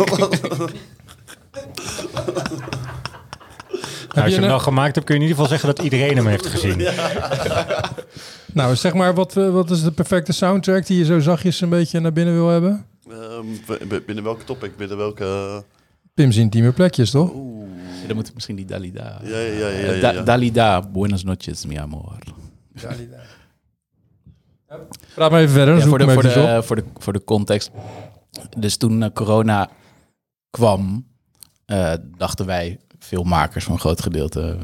Als je hem nou gemaakt hebt, kun je in ieder geval zeggen dat iedereen hem heeft gezien. Nou, zeg maar, wat is de perfecte soundtrack die je zo zachtjes een beetje naar binnen wil hebben? Binnen welke topic? Binnen welke... Pim's intieme plekjes, toch? Ja, dan moet misschien die Dalida. Ja. Dalida, buenas noches, mi amor. Dalida. Praat maar even verder. Ja, voor de context. Dus toen corona kwam, dachten wij, filmmakers van een groot gedeelte,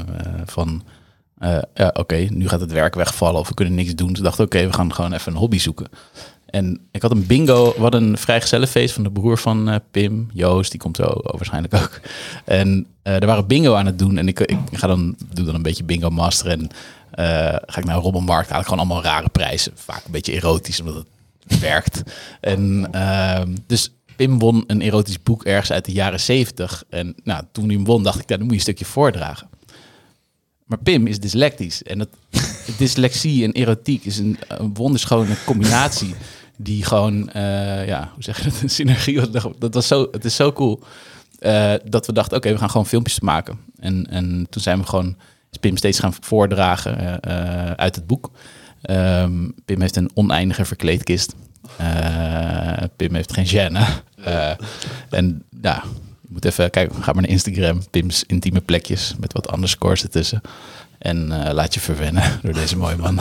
oké, nu gaat het werk wegvallen of we kunnen niks doen. Ze dachten, oké, we gaan gewoon even een hobby zoeken. En ik had een bingo, we hadden een vrijgezellenfeest van de broer van Pim, Joost, die komt zo waarschijnlijk ook. En er waren bingo aan het doen en ik doe dan een beetje bingo master en ga ik naar een rommelmarkt, haal ik gewoon allemaal rare prijzen. Vaak een beetje erotisch, omdat het werkt. En dus Pim won een erotisch boek ergens uit de jaren 70. En nou, toen hij hem won, dacht ik, dan moet je een stukje voordragen. Maar Pim is dyslectisch. En dyslexie en erotiek is een wonderschone combinatie. Die gewoon, hoe zeg je dat, een synergie was. Het is zo cool dat we dachten, oké, we gaan gewoon filmpjes maken. En toen zijn we gewoon Pim steeds gaan voordragen uit het boek. Pim heeft een oneindige verkleedkist. Pim heeft geen gêne. En ja, je moet even kijken, ga maar naar Instagram. Pim's intieme plekjes met wat underscores ertussen. En laat je verwennen door deze mooie man.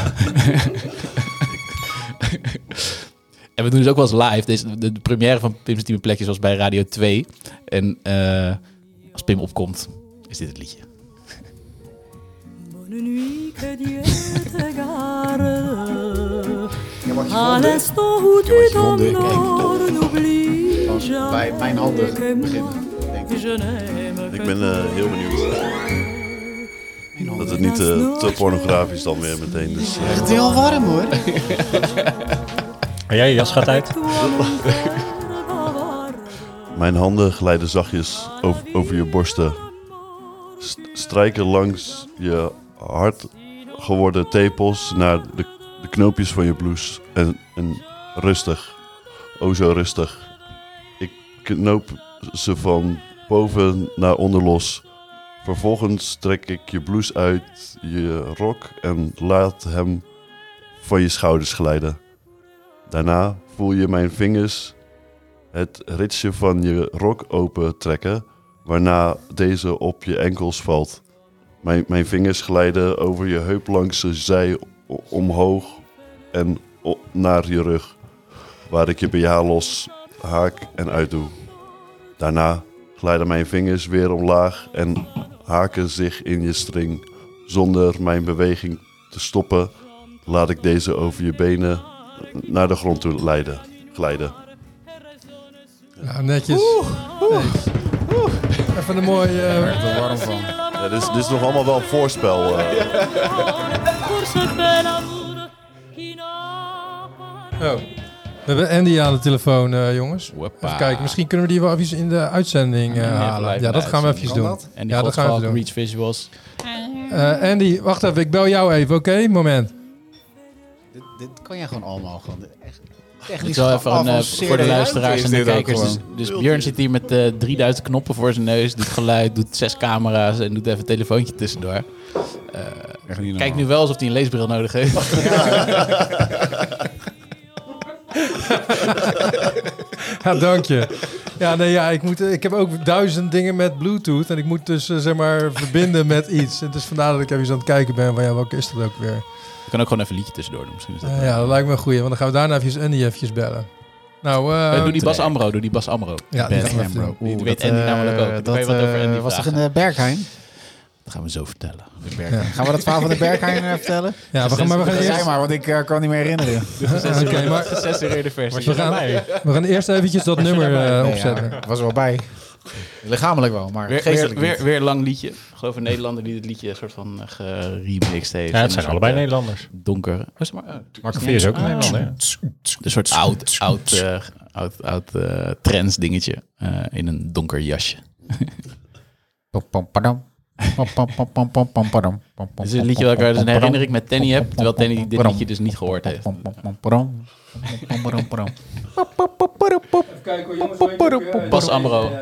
En we doen dus ook wel eens live. De première van Pim's intieme plekjes was bij Radio 2. En als Pim opkomt, is dit het liedje. Bonne nuit, que Dieu te garde. À l'instant où tu t'endors, n'oublie Bij mijn handen que beginnen, moi, denk ik. je n'aime Ik que ben heel benieuwd. Dat het niet te pornografisch dan weer meteen. Dus, Echt heel warm hoor. En jij, je jas gaat uit. Mijn handen glijden zachtjes over je borsten. Strijken langs je hard geworden tepels naar de knoopjes van je blouse. En rustig, oh zo rustig. Ik knoop ze van boven naar onder los. Vervolgens trek ik je blouse uit je rok en laat hem van je schouders glijden. Daarna voel je mijn vingers het ritsje van je rok open trekken, waarna deze op je enkels valt. Mijn vingers glijden over je heup langs de zij omhoog en naar je rug, waar ik je BH los haak en uitdoe. Daarna glijden mijn vingers weer omlaag en haken zich in je string. Zonder mijn beweging te stoppen, laat ik deze over je benen naar de grond toe glijden. Ja, netjes. Even een mooi... er warm van. Ja, dit is nog allemaal wel een voorspel. pour ce bel amour qui n'a pas. Oh. We hebben Andy aan de telefoon, jongens. Hoppa. Even kijken, misschien kunnen we die wel even in de uitzending halen. Ja, dat gaan we even doen. En die Ja, dat gaan we even doen. Reach Visuals. Andy, wacht even, ik bel jou even, oké? Moment. Dit kan jij gewoon allemaal gewoon echt Het technisch is wel even voor de luisteraars en de kijkers. Dus Björn zit hier met 3000 knoppen voor zijn neus, doet geluid, doet 6 camera's en doet even een telefoontje tussendoor. Kijk nu wel alsof hij een leesbril nodig heeft. Ja, dank je. Ja, nee, ja, ik heb ook 1000 dingen met Bluetooth en ik moet dus zeg maar verbinden met iets. En dus vandaar dat ik even aan het kijken ben van ja, welke is dat ook weer? Je kan ook gewoon even een liedje tussendoor doen. Misschien is dat Ja, dat lijkt me een goeie, want dan gaan we daarna eventjes bellen. Nou, doe die Bas Amro. Ja, die gaan we even doen. Die weet Andy namelijk ook. Dan kan je wat over Andy was toch vragen. in Berghain? Dat gaan we zo vertellen. Gaan we dat verhaal van de Berghain vertellen? Ja, we gaan Zeg eerst... maar, want ik kan niet meer herinneren. Oké, maar Gecensureerde versie. we gaan eerst eventjes dat nummer opzetten. Ik was er wel bij. Lichamelijk wel, maar geestelijk niet. Weer een lang liedje. Ik geloof een Nederlander die het liedje een soort van geremixed heeft. Ja, het En zijn een allebei soort, Nederlanders. Donker. Marco V is ook een Nederlander. Ja. Een soort oud oud trends dingetje in een donker jasje. Het is een liedje waar ik dus een herinnering met Tanny heb, terwijl Tanny dit liedje dus niet gehoord heeft. Even kijken hoor, jongens. Bas Amro.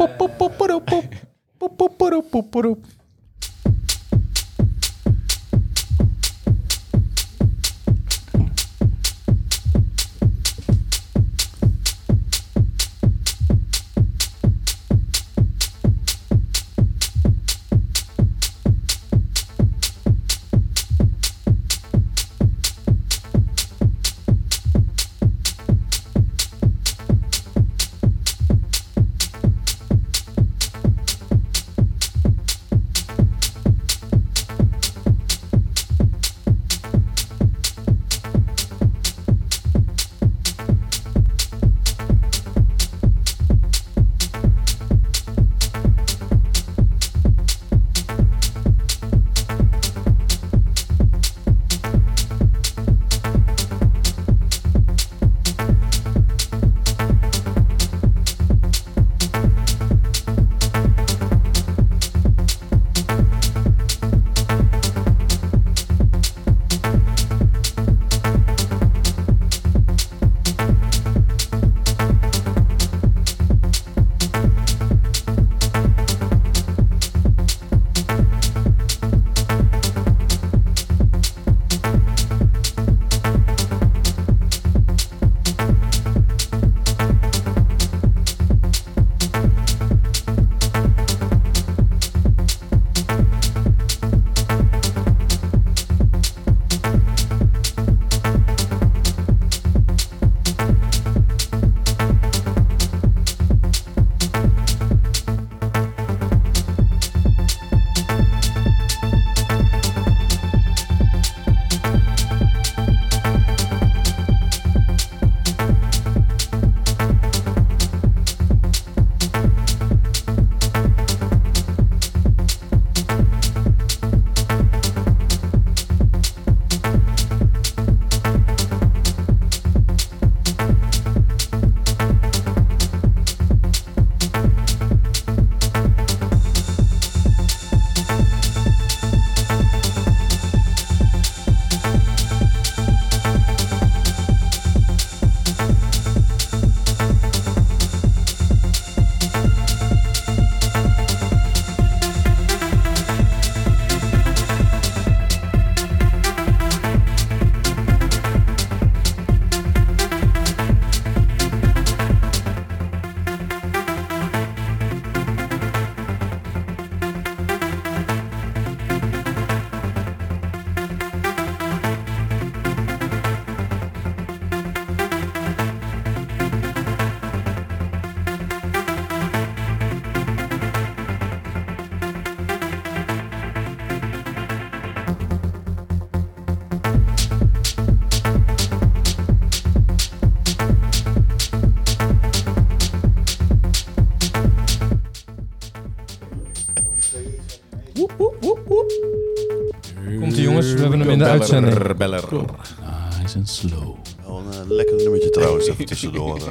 Komt-ie jongens, we hebben hem in de uitzending. Beller. Nice en slow. Wel een lekker nummertje trouwens, even tussendoor.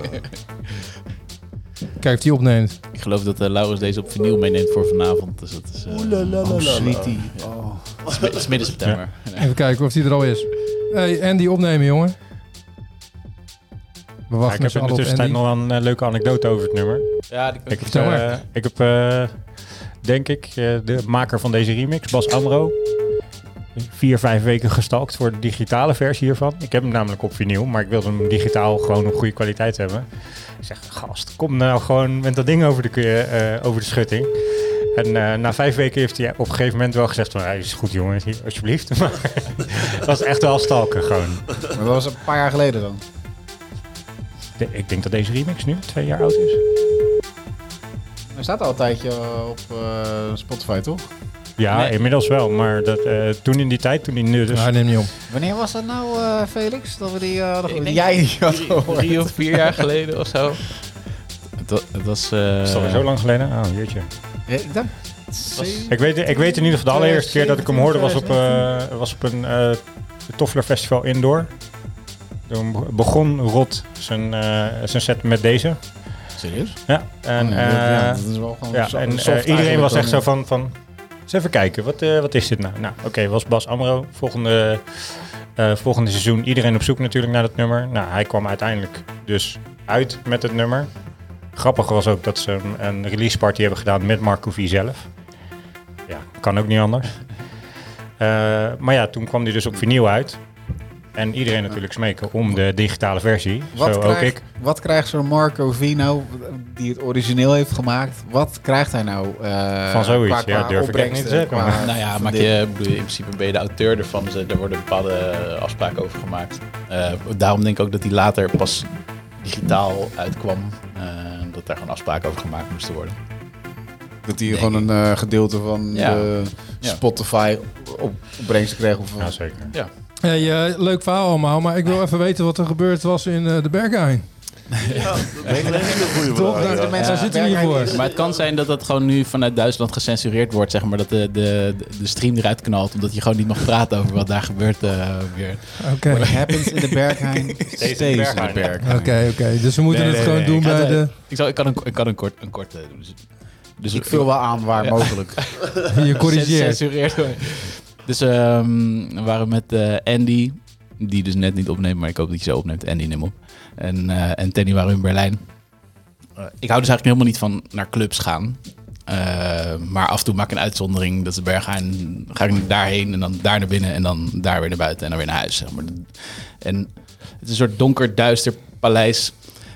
Kijk of die opneemt. Ik geloof dat Laurens deze op vinyl meeneemt voor vanavond. Dus dat is sweetie. het is midden september. Ja. Even kijken of die er al is. Hey, Andy, opnemen jongen. We wachten ik heb in de tussentijd nog een leuke anekdote over het nummer. Ja, die ik heb denk ik, de maker van deze remix, Bas Amro, 4-5 weken gestalkt voor de digitale versie hiervan. Ik heb hem namelijk op vinyl, maar ik wilde hem digitaal gewoon op goede kwaliteit hebben. Ik zeg, gast, kom nou gewoon met dat ding over de schutting. En na 5 weken heeft hij op een gegeven moment wel gezegd van, is goed jongen, hier, alsjeblieft. Maar dat was echt wel stalken gewoon. Maar dat was een paar jaar geleden dan? Ik denk dat deze remix nu 2 jaar oud is. Hij staat al een tijdje op Spotify, toch? Ja, nee. Inmiddels wel. Maar dat, toen in die tijd, toen hij nu dus... Nou, neem niet om. Wanneer was dat nou, Felix? Dat we die... jij die had 3 of 4 jaar geleden of zo. Het was... Is dat alweer zo lang geleden? Oh, jeetje. Ik weet in ieder geval de allereerste keer dat ik hem hoorde was op een Toffler Festival Indoor. Toen begon Rod zijn set met deze. Serieus? Ja, en, dat is wel gewoon iedereen was echt zo van eens even kijken, wat is dit nou? Nou, oké, was Bas Amro. Volgende seizoen iedereen op zoek natuurlijk naar dat nummer. Nou, hij kwam uiteindelijk dus uit met het nummer. Grappig was ook dat ze een release party hebben gedaan met Mark Couvi zelf. Ja, kan ook niet anders. Maar ja, toen kwam hij dus op vinyl uit. En iedereen natuurlijk smeken om de digitale versie. Wat krijgt zo'n Marco Vino, die het origineel heeft gemaakt, wat krijgt hij nou? Van zoiets, durf ik echt niet te zeggen. Nou ja, in principe ben je de auteur ervan. Dus daar worden bepaalde afspraken over gemaakt. Daarom denk ik ook dat hij later pas digitaal uitkwam. Dat daar gewoon afspraken over gemaakt moesten worden. Dat hij gewoon een gedeelte van de Spotify opbrengst kreeg? Of, ja, zeker. Ja. Hey, leuk verhaal allemaal, maar ik wil even weten wat er gebeurd was in de Berghain. Ja, dat is een hele goede Toch? vraag. De mensen zitten hier voor. Maar het kan zijn dat het gewoon nu vanuit Duitsland gecensureerd wordt, zeg maar, dat de stream eruit knalt, omdat je gewoon niet mag praten over wat daar gebeurt weer. Oké. What happens in the Berghain stays in the Berghain. Oké. Dus we moeten het gewoon doen bij de... Ik kan een kort dus ik vul wel aan waar mogelijk. Je corrigeert. Censureerd. Dus we waren met Andy, die dus net niet opneemt, maar ik hoop dat je zo opneemt. Andy, neem op. En Tenny waren we in Berlijn. Ik hou dus eigenlijk helemaal niet van naar clubs gaan. Maar af en toe maak ik een uitzondering. Dat is de Berghain. Ga ik daarheen en dan daar naar binnen en dan daar weer naar buiten en dan weer naar huis. Zeg maar. En het is een soort donker, duister paleis.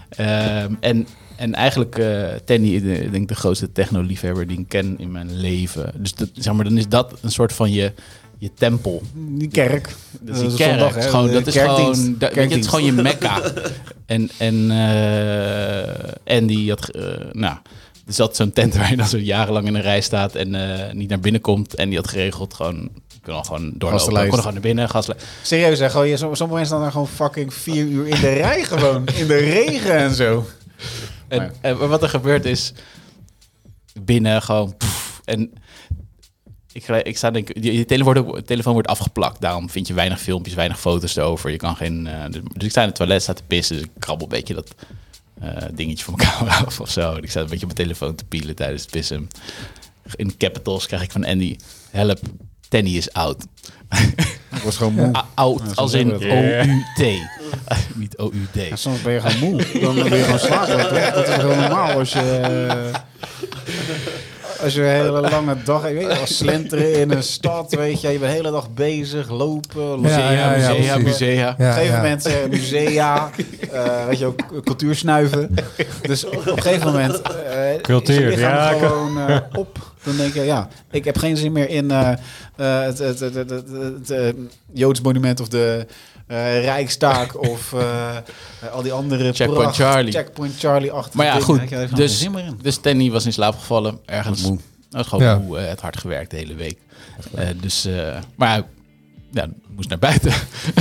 En eigenlijk Tenny, ik denk de grootste techno-liefhebber die ik ken in mijn leven. Dus zeg maar, dan is dat een soort van je tempel. Die kerk. Dat is die kerk. Zondag, hè? Dat is gewoon, het is gewoon je mekka. En Andy had... er zat zo'n tent waar je dan zo jarenlang in een rij staat en niet naar binnen komt. En die had geregeld gewoon... Ik kon gewoon doorlopen. Ik kon gewoon naar binnen. Serieus, hè? Gewoon, sommige mensen staan daar gewoon fucking 4 uur in de rij gewoon. In de regen en zo. En wat er gebeurt is... Binnen gewoon... En ik sta denk je telefoon wordt afgeplakt. Daarom vind je weinig filmpjes, weinig foto's erover. Je kan geen... dus ik sta in het toilet, sta te pissen. Dus ik krabbel een beetje dat dingetje van mijn camera af of zo. Ik sta een beetje op mijn telefoon te pielen tijdens het pissen. In capitals krijg ik van Andy... Help, Tenny is oud. Ik was gewoon moe. Oud, als in O-U-T. Niet O-U-D. Ja, soms ben je gewoon moe. Dan ben je gewoon slapen. Dat is heel normaal als je... Als je een hele lange dag... Weet je, als slenteren in een stad, weet je. Je bent de hele dag bezig, lopen. Musea. Op een gegeven moment musea. Weet je ook, cultuur snuiven. Dus op een gegeven moment... cultuur, gewoon op. Dan denk je, ik heb geen zin meer in het Joods monument of de... Rijkstaak of al die andere... Checkpoint Charlie achter. Maar ja, goed. Dus Tenny was in slaap gevallen. Ergens. Moe. Dat was gewoon moe. Het hard gewerkt de hele week. Maar moest naar buiten.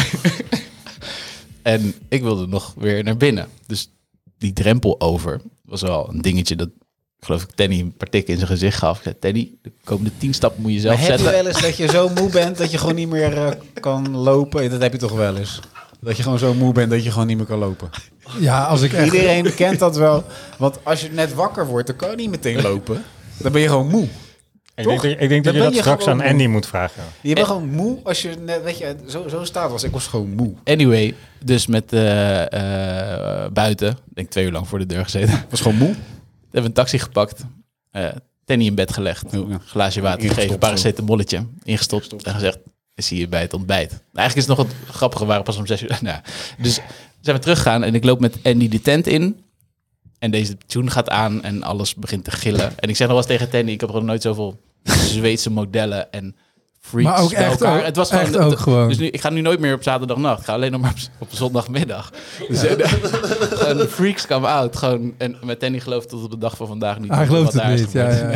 En ik wilde nog weer naar binnen. Dus die drempel over was wel een dingetje dat... Ik geloof ik Tenny een paar tikken in zijn gezicht gaf. Ik zei, Tenny, de komende 10 stappen moet je zelf zetten. Heb je wel eens dat je zo moe bent dat je gewoon niet meer kan lopen? Dat heb je toch wel eens? Dat je gewoon zo moe bent dat je gewoon niet meer kan lopen. Ja, als ik echt... Iedereen kent dat wel. Want als je net wakker wordt, dan kan je niet meteen lopen. Dan ben je gewoon moe. Ik denk dat je dat straks aan Andy moet vragen. Je bent gewoon moe als je net, weet je, zo staat was. Ik was gewoon moe. Anyway, dus met buiten, ik denk 2 uur lang voor de deur gezeten. Was gewoon moe. We hebben een taxi gepakt, Tenny in bed gelegd, glaasje water gegeven, paracetamolletje ingestopt en gezegd, zie je bij het ontbijt. Nou, eigenlijk is het nog wat grappiger, waren pas om 6 uur. Nou, dus zijn we teruggegaan en ik loop met Andy de tent in en deze tune gaat aan en alles begint te gillen. En ik zeg nog wel eens tegen Tenny, ik heb nog nooit zoveel Zweedse modellen en freaks maar ook bij echt elkaar. ook, Het was echt ook gewoon. Dus nu, ik ga nu nooit meer op zaterdagnacht. Ik ga alleen nog maar op zondagmiddag. Dus de freaks come out. Gewoon, en met Tenny gelooft tot op de dag van vandaag niet. Hij gelooft het niet.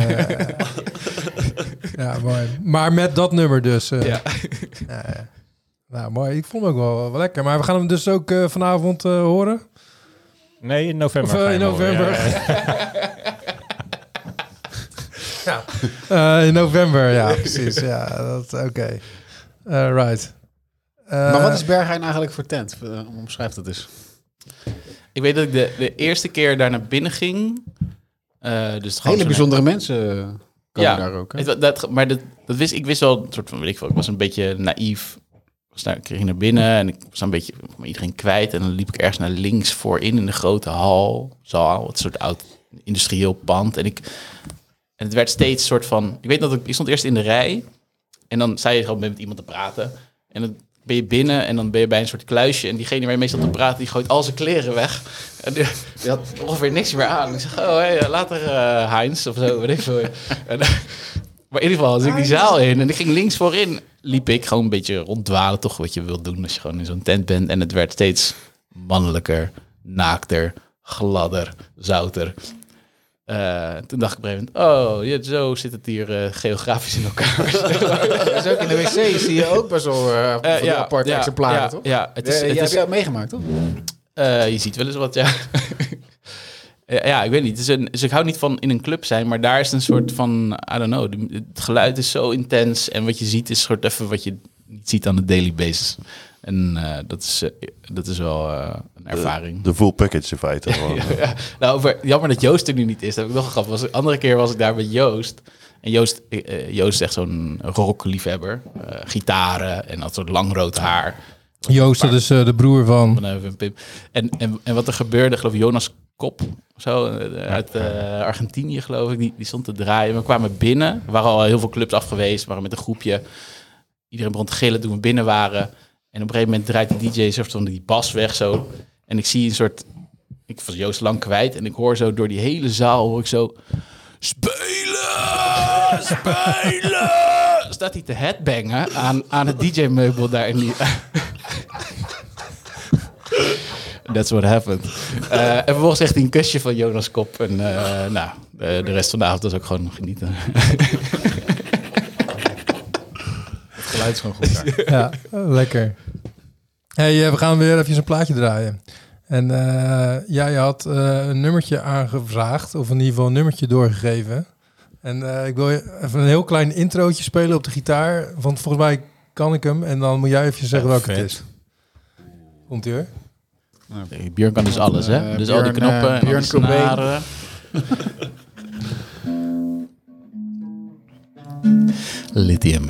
Ja, mooi. Maar met dat nummer dus. Nou, mooi. Ik vond hem ook wel lekker. Maar we gaan hem dus ook vanavond horen? Nee, in november. Of in november. In november, ja, precies. Ja, oké. Right. Maar wat is Berghain eigenlijk voor tent? Omschrijf dat eens. Ik weet dat ik de eerste keer daar naar binnen ging. Dus Hele bijzondere mensen komen daar ook. Hè? Dat wist ik wist wel een soort van, weet ik veel, ik was een beetje naïef. Ik ging naar binnen en ik was een beetje iedereen kwijt. En dan liep ik ergens naar links voorin in de grote zaal. Het soort oud industrieel pand. En het werd steeds een soort van... Ik weet dat ik stond eerst in de rij. En dan zei je gewoon met iemand te praten. En dan ben je binnen en dan ben je bij een soort kluisje. En diegene waar je mee zat te praten, die gooit al zijn kleren weg. En die had ongeveer niks meer aan. Ik zeg, later Heinz of zo, weet ik veel. Maar in ieder geval, als ik die zaal in en ik ging links voorin, liep ik gewoon een beetje ronddwalen, toch wat je wilt doen als je gewoon in zo'n tent bent. En het werd steeds mannelijker, naakter, gladder, zouter. Toen dacht ik op een gegeven moment, zo zit het hier geografisch in elkaar. Dus ook in de wc zie je ook best wel aparte exemplaren, toch? Ja, heb je dat meegemaakt, toch? Je ziet wel eens wat, ja. Ja, ik weet niet. Dus ik hou niet van in een club zijn, maar daar is het een soort van, I don't know, het geluid is zo intens en wat je ziet is soort even wat je niet ziet aan de daily basis. En dat is wel een ervaring. De full package in feite. Nou, jammer dat Joost er nu niet is. Dat heb ik nog een grap. De andere keer was ik daar met Joost. En Joost is echt zo'n rockliefhebber. Gitaren en dat soort lang rood haar. Joost, dat is de broer van Pim. En wat er gebeurde, geloof ik, Jonas Kop, zo, uit Argentinië, geloof ik, die stond te draaien. We kwamen binnen. Er waren al heel veel clubs afgeweest. We waren met een groepje. Iedereen begon te gillen toen we binnen waren. En op een gegeven moment draait de DJ soort van die bas weg zo. En ik zie een soort... Ik was Joost lang kwijt. En ik hoor zo door die hele zaal, hoor ik zo... Spelen! Spelen! Staat hij te headbangen aan het DJ-meubel daar in die... That's what happened. En vervolgens zegt hij een kusje van Jonas Kop. En de rest van de avond was ook gewoon genieten. Het geluid is gewoon goed daar. Ja, lekker. Hey, we gaan weer even een plaatje draaien. En jij had een nummertje aangevraagd, of in ieder geval een nummertje doorgegeven. En ik wil je even een heel klein introotje spelen op de gitaar. Want volgens mij kan ik hem. En dan moet jij even zeggen welke het is. Komt-ie hoor. Björn kan dus alles, hè? Dus al die knoppen en snaren. Lithium.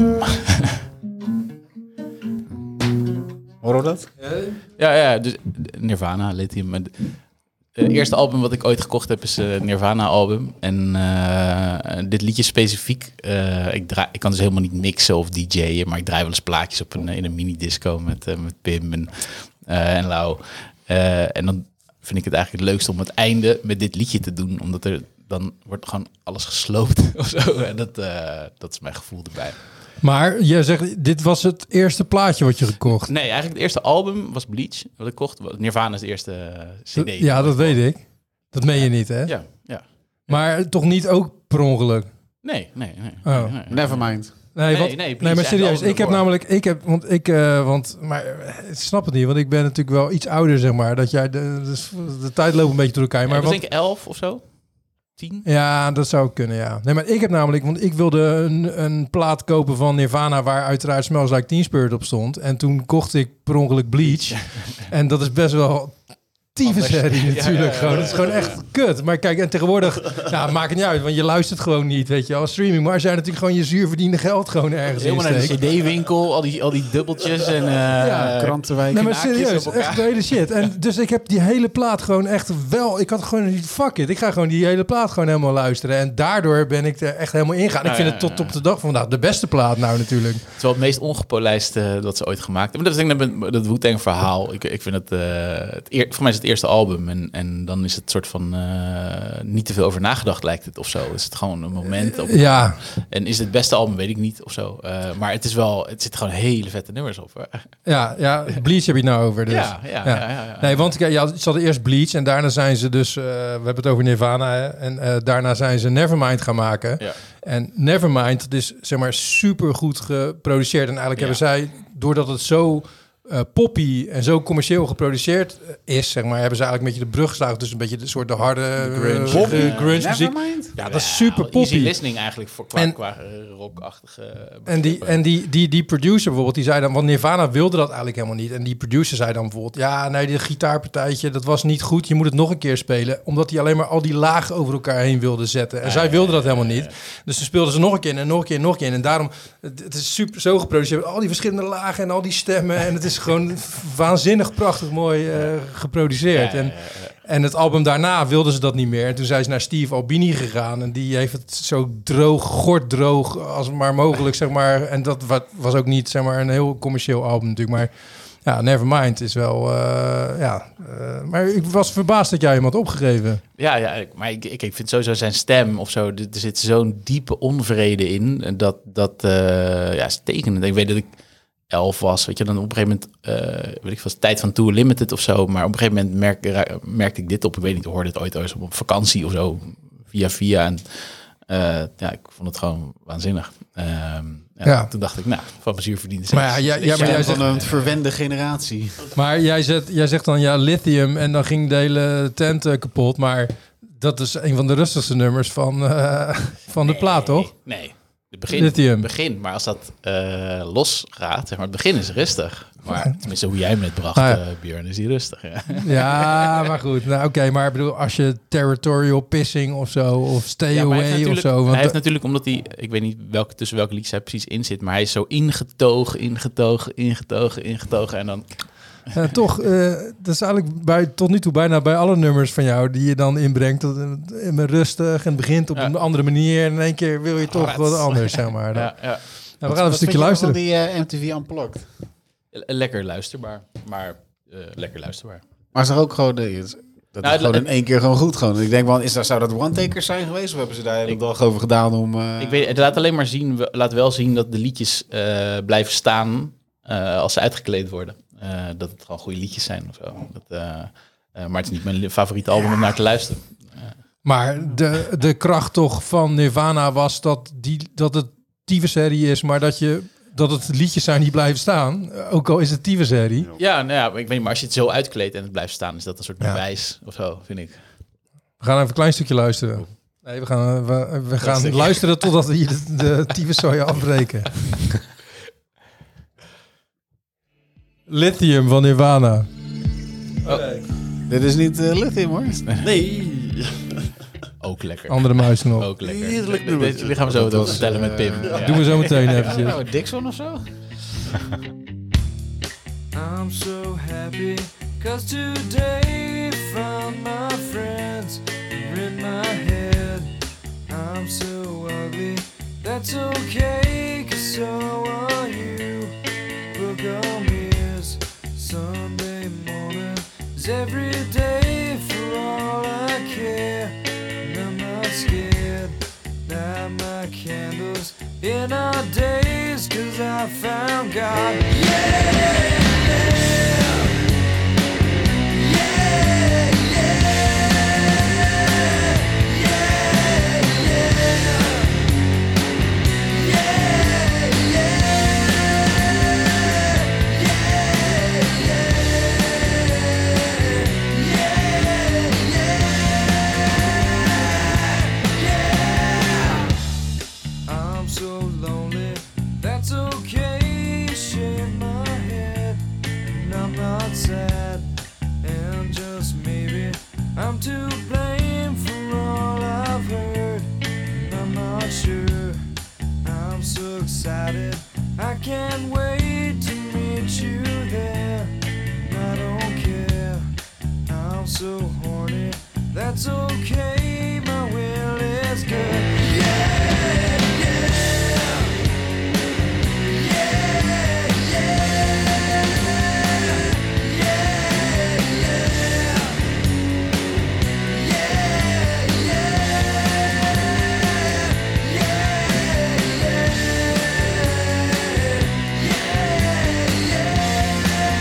Hoor je dat? Ja, dus Nirvana, Lithium. Het eerste album wat ik ooit gekocht heb is Nirvana-album. En dit liedje specifiek, ik kan dus helemaal niet mixen of DJ'en, maar ik draai wel eens plaatjes in een mini-disco met Pim en Lau. En dan vind ik het eigenlijk het leukste om het einde met dit liedje te doen, omdat dan wordt gewoon alles gesloopt of zo. En dat is mijn gevoel erbij. Maar jij zegt, dit was het eerste plaatje wat je gekocht? Nee, eigenlijk het eerste album was Bleach, wat ik kocht. Nirvana is de eerste CD. Ja, dat weet ik. Dat meen je niet, hè? Ja. Maar toch niet ook per ongeluk? Nee. Oh. Nee. Nevermind. Nee, maar serieus. Ik snap het niet, want ik ben natuurlijk wel iets ouder, zeg maar. Dat jij de tijd loopt een beetje door elkaar. Maar ik denk 11 of zo. 10? Ja, dat zou kunnen, ja. Nee, maar ik heb namelijk, want ik wilde een plaat kopen van Nirvana waar uiteraard Smells Like Teen Spirit op stond. En toen kocht ik per ongeluk Bleach. En dat is best wel tyfusherrie natuurlijk. Ja. Gewoon. Het is gewoon echt kut. Maar kijk, en tegenwoordig, maakt het niet uit, want je luistert gewoon niet, weet je wel, streaming. Maar als jij natuurlijk gewoon je zuurverdiende geld gewoon ergens in steekt. Helemaal naar de CD-winkel, al die dubbeltjes en krantenwijk. Nee, maar serieus, echt de hele shit. En dus ik heb die hele plaat gewoon echt wel, ik had gewoon niet, fuck it, ik ga gewoon die hele plaat gewoon helemaal luisteren. En daardoor ben ik er echt helemaal ingegaan. Ik vind het tot op de dag van vandaag de beste plaat nou natuurlijk. Het is wel het meest ongepolijste dat ze ooit gemaakt hebben. Dat is denk ik dat Wu-Tang verhaal. Ik vind het, voor mij is het eerste album en dan is het soort van niet te veel over nagedacht, lijkt het of zo. Is het gewoon een moment op. Ja. En is het beste album, weet ik niet of zo. Maar het zit gewoon hele vette nummers op. Ja, Bleach heb je het nou over. Dus. Ja. Nee, want ze hadden eerst Bleach en daarna zijn ze dus, we hebben het over Nirvana, hè, en daarna zijn ze Nevermind gaan maken. Ja. En Nevermind is zeg maar super goed geproduceerd en eigenlijk hebben zij, doordat het zo poppy en zo commercieel geproduceerd is, zeg maar, hebben ze eigenlijk een beetje de brug geslagen tussen een beetje de soort de harde grunge muziek. Ja, dat is super poppy. Easy listening eigenlijk voor qua rockachtige. En die producer bijvoorbeeld, die zei dan, want Nirvana wilde dat eigenlijk helemaal niet. En die producer zei dan bijvoorbeeld, ja, nee, die gitaarpartijtje, dat was niet goed. Je moet het nog een keer spelen, omdat hij alleen maar al die lagen over elkaar heen wilde zetten. En zij wilde dat helemaal niet. Dus toen speelden ze nog een keer en nog een keer en nog een keer. En daarom, het is super zo geproduceerd, al die verschillende lagen en al die stemmen. En het is gewoon waanzinnig prachtig mooi geproduceerd. En het album daarna wilden ze dat niet meer. En toen zijn ze naar Steve Albini gegaan. En die heeft het zo droog, gorddroog als maar mogelijk, zeg maar. En dat was ook niet, zeg maar, een heel commercieel album natuurlijk. Maar ja, Nevermind is wel... maar ik was verbaasd dat jij hem had opgegeven. Maar ik vind sowieso zijn stem of zo... Er zit zo'n diepe onvrede in. En dat is tekenend. Ik weet dat ik 11 was, weet je, dan op een gegeven moment, weet ik was tijd van Tour Limited of zo, maar op een gegeven moment merkte ik dit op, ik weet niet, ik hoorde het ooit eens op vakantie of zo, via en ik vond het gewoon waanzinnig. Toen dacht ik, van mijn zuur verdiende seks. Maar jij zegt van een verwende generatie. Maar jij zegt dan, Lithium, en dan ging de hele tent kapot, maar dat is een van de rustigste nummers van de plaat, toch? Nee. Het begin, maar als dat los gaat, zeg maar, het begin is rustig. Maar tenminste, hoe jij hem net bracht, Björn, is die rustig. Ja, maar goed. Nou, oké, maar ik bedoel, als je Territorial Pissing of zo, of Stay Away of zo. Want hij heeft natuurlijk, omdat hij, ik weet niet tussen welke liedjes hij precies in zit, maar hij is zo ingetogen en dan... Toch, dat is eigenlijk tot nu toe bijna bij alle nummers van jou die je dan inbrengt. Rustig en begint op een andere manier. En in één keer wil je toch wat anders, zeg maar. Nou, we gaan even een stukje luisteren. Die MTV Unplugged? Lekker luisterbaar, maar lekker luisterbaar. Maar is er ook gewoon... Dat is gewoon in één keer gewoon goed. Gewoon. Ik denk, zou dat one-takers zijn geweest? Of hebben ze daar een dag over gedaan om... Ik weet, het laat alleen maar zien, laat wel zien dat de liedjes blijven staan als ze uitgekleed worden. Dat het gewoon goede liedjes zijn of zo. Maar het is niet mijn favoriete album om naar te luisteren. Maar de kracht toch van Nirvana was dat het tyfusserie is, maar dat het liedjes zijn die blijven staan. Ook al is het tyfusserie. Ja, ik weet niet, maar als je het zo uitkleedt en het blijft staan, is dat een soort bewijs of zo, vind ik. We gaan even een klein stukje luisteren. Nee, we gaan luisteren totdat we de tyfuszooi afbreken. Lithium van Nirvana. Dit is niet Lithium, hoor. Nee. Ook lekker. Andere muizen nog. Ook lekker. Die gaan we zo door vertellen met Pim. Doen we zo meteen eventjes. Dixon of zo? I'm so happy, 'cause today found my friends in my head. I'm so ugly, that's okay, 'cause so are you. Book on me. Sunday morning is every day for all I care, and I'm not scared. Light my candles in our days, 'cause I found God. Yeah! I'm to blame for all I've heard, and I'm not sure. I'm so excited, I can't wait to meet you there. And I don't care, I'm so horny, that's okay, my will is good. Yeah!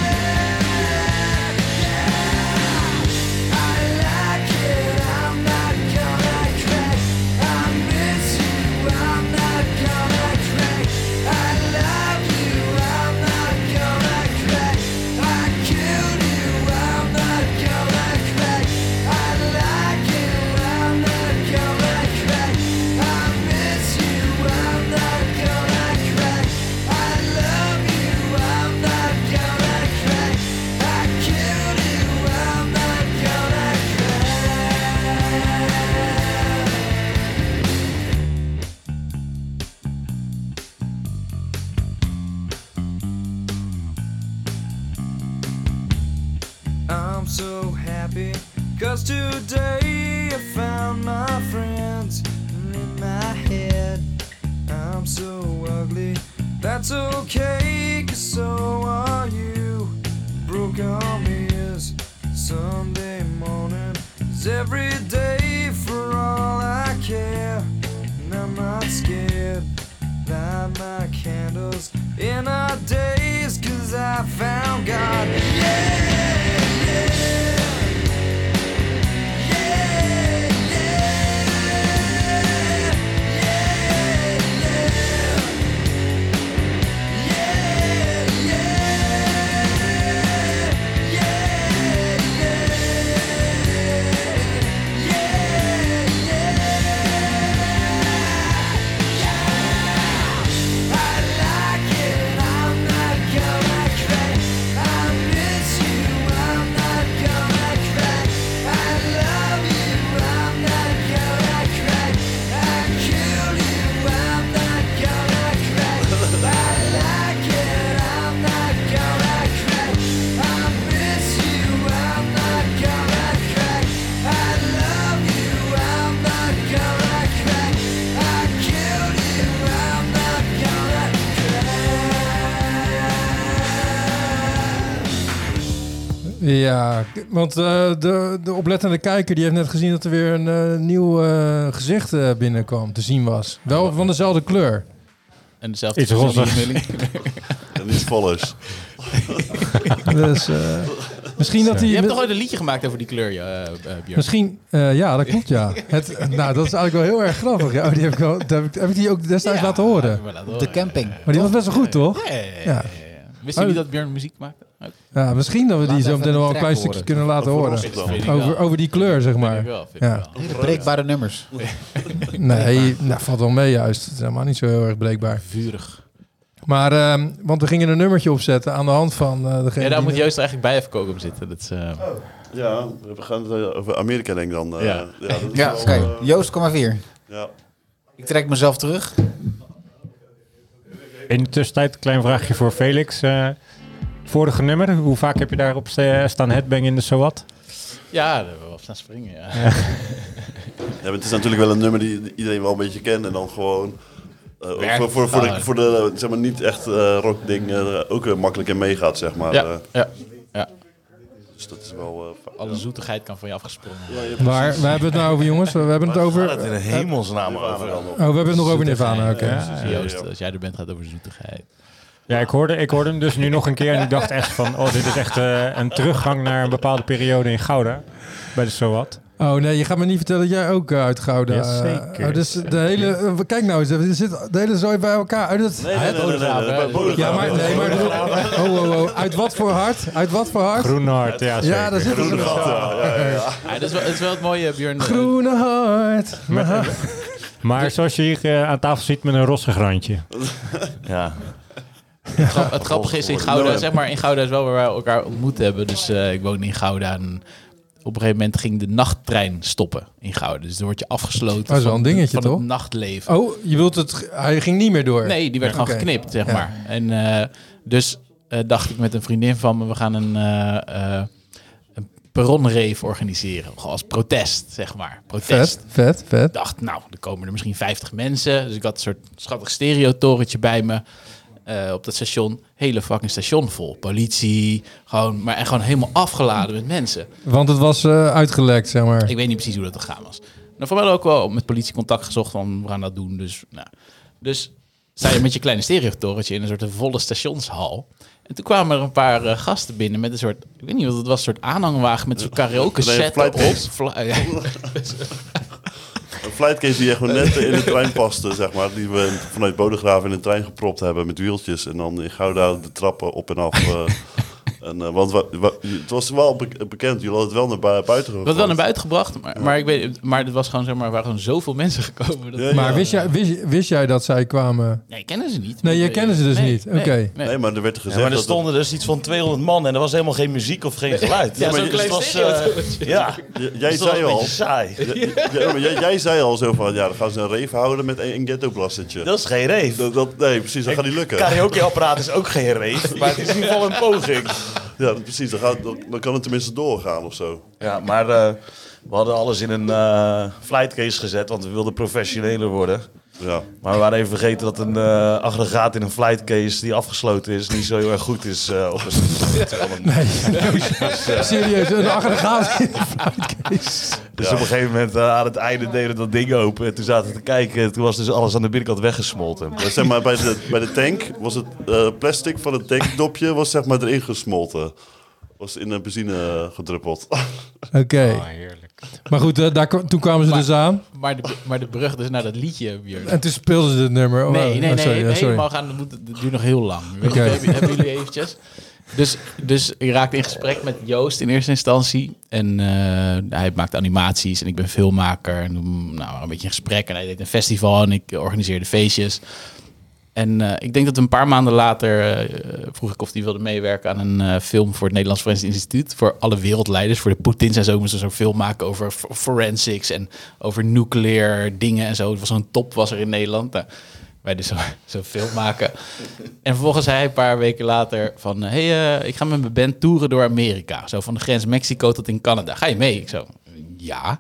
I'm not I'm so happy, 'cause today I found my friends in my head. I'm so ugly, that's okay, 'cause so are you. Broke arm is Sunday morning, is every day for all I care. And I'm not scared, light my candles in our days, 'cause I found God. Yeah, yeah. Ja, want de oplettende kijker die heeft net gezien dat er weer een nieuw gezicht binnenkwam te zien was. Wel van dezelfde kleur. En dezelfde Iets roze. En iets vollers. Dus misschien dat hij... Je hebt toch ooit een liedje gemaakt over die kleur, Björn? Misschien, ja, dat klopt, ja. Nou, dat is eigenlijk wel heel erg grappig. Ja, die heb ik die ook destijds laten horen. De camping. Maar die was best wel goed, toch? Ja. Wist jullie dat Björn muziek maakte? Ja, misschien dat we die zo meteen nog wel een klein stukje kunnen laten horen. Over die kleur, zeg maar. Ja. Hele breekbare nummers. Nee, nou, valt wel mee juist. Het is helemaal niet zo heel erg breekbaar. Vurig. Maar, want we gingen een nummertje opzetten aan de hand van degene... Ja, daar die moet Joost er eigenlijk bij even koken om zitten. Dat is, Ja, we gaan het over Amerika denk ik dan. Ja. Ja, oké. Joost, kom maar weer. Ja. Ik trek mezelf terug. In de tussentijd, een klein vraagje voor Felix. Vorige nummer, hoe vaak heb je daarop staan headbang in de Zowat? ja, daar hebben we wel staan springen, ja. Ja, maar het is natuurlijk wel een nummer die iedereen wel een beetje kent. En dan gewoon voor de zeg maar, niet echt rock ding ook makkelijk in meegaat, zeg maar. Ja. Dus dat is wel... Alle zoetigheid kan van je afgesprongen. Maar we hebben het nou over, jongens. We hebben het over... Gaat het in een hemelsnaam over dan? Oh, we hebben het nog over Nirvana, oké. Ja, Joost, als jij er bent, gaat het over zoetigheid. Ja, ik hoorde hem dus nu nog een keer en ik dacht echt van... Oh, dit is echt een teruggang naar een bepaalde periode in Gouda. Bij de Zowat. Oh nee, je gaat me niet vertellen dat jij ook uit Gouda... Jazeker. Dus de hele... kijk nou eens, er zit de hele zooi bij elkaar. Uit het, Nee. ja, maar... Nee, maar... Oh. Uit wat voor hart? Uit wat voor hart? Groene hart, ja zeker. Ja, daar zit het. Ja, dat is wel het mooie, Björn. Groene hart. Maar zoals je hier aan tafel ziet met een rossig randje. Ja. Het grappige is in Gouda, zeg maar, in Gouda is wel waar wij elkaar ontmoet hebben. Dus ik woon in Gouda en op een gegeven moment ging de nachttrein stoppen in Gouda. Dus dan word je afgesloten Dat is wel een dingetje, van toch? het nachtleven. Oh, je wilt het... Hij ging niet meer door. Nee, die werd gewoon Oké. geknipt, zeg Ja. maar. En dus dacht ik met een vriendin van me, we gaan een perronrave organiseren. Gewoon als protest, zeg maar. Protest. Vet. Ik dacht, nou, er komen er misschien 50 mensen. Dus ik had een soort schattig stereotorentje bij me. Op dat station, hele fucking station vol. Politie, gewoon helemaal afgeladen met mensen. Want het was uitgelekt, zeg maar. Ik weet niet precies hoe dat gegaan was. Nou, voor mij ook wel met politie contact gezocht van we gaan dat doen. Dus sta je met je kleine stereotorentje in een soort volle stationshal. En toen kwamen er een paar gasten binnen met een soort, ik weet niet wat het was, een soort aanhangwagen met zo'n karaoke set erop. Een flightcase die echt gewoon net in de trein paste, zeg maar. Die we vanuit Bodegraven in de trein gepropt hebben met wieltjes. En dan in Gouda de trappen op en af. Want het was wel bekend, jullie hadden het wel naar buiten gebracht. We hadden wel naar buiten gebracht, maar ik weet, maar het was gewoon, zeg maar, er waren gewoon zoveel mensen gekomen. Dat... Maar wist jij dat zij kwamen? Nee, ik kende ze niet. Nee, je kende ze dus niet. Oké. Nee, maar er werd gezegd Ja, maar er stonden dus iets van 200 man en er was helemaal geen muziek of geen geluid. Ja, zo'n maar klein stereotorentje. Ja, Jij dus dat was zei een al. beetje saai. Maar jij zei al zo van, ja, dan gaan ze een rave houden met een ghetto-blastertje. Dat is geen rave. Nee, precies, dat gaat niet lukken. Karaokeapparaat is ook geen rave, maar het is in ieder geval een poging. Ja, precies. Dan kan het tenminste doorgaan of zo. Ja, maar we hadden alles in een flightcase gezet, want we wilden professioneler worden. Ja. Maar we waren even vergeten dat een aggregaat in een flightcase die afgesloten is niet zo heel erg goed is op een... Serieus, een aggregaat in de flightcase. Dus op een gegeven moment aan het einde deden dat ding open. En toen zaten we te kijken. En toen was dus alles aan de binnenkant weggesmolten. Ja, zeg maar, bij de tank was het plastic van het tankdopje was zeg maar erin gesmolten. Was in de benzine gedruppeld. Oké. Oh, heerlijk. Maar goed, toen kwamen ze dus aan. Maar de brug dus naar dat liedje, Björn. En toen speelden ze het nummer. Nee, sorry. helemaal gaan. Dat duurt nog heel lang. Hebben jullie eventjes... Dus ik raakte in gesprek met Joost in eerste instantie. En hij maakt animaties en ik ben filmmaker. En een beetje in gesprek. En hij deed een festival en ik organiseerde feestjes. En ik denk dat een paar maanden later vroeg ik of hij wilde meewerken aan een film voor het Nederlands Forensisch Instituut. Voor alle wereldleiders, voor de Poetins en zo. Moesten ze zo'n film maken over forensics en over nuclear dingen en zo. Het was zo'n top was er in Nederland. Nou, wij dus zo'n film maken. En vervolgens zei hij een paar weken later van... ik ga met mijn band toeren door Amerika. Zo van de grens Mexico tot in Canada. Ga je mee? Ik zo, ja.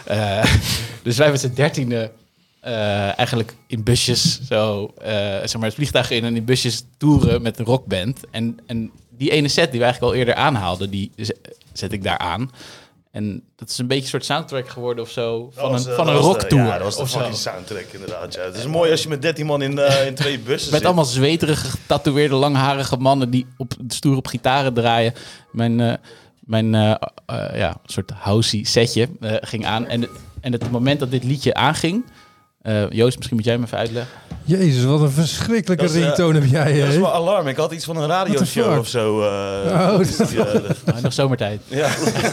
Dus wij met z'n 13e eigenlijk in busjes zo... zeg maar het vliegtuig in en in busjes toeren met een rockband. En die ene set die we eigenlijk al eerder aanhaalden... die zet ik daar aan... En dat is een beetje een soort soundtrack geworden of zo van een rocktour. Ja, dat was de fucking soundtrack inderdaad. Ja. Het is mooi als je met 13 man in 2 bussen met zit. allemaal zweterige, getatoeëerde, langharige mannen die stoer op gitaren draaien. Mijn soort housey setje ging aan. En het moment dat dit liedje aanging... Joost, misschien moet jij me even uitleggen. Jezus, wat een verschrikkelijke ringtone heb jij. Dat is wel alarm. Ik had iets van een radioshow of zo. Nog zomertijd. Ja.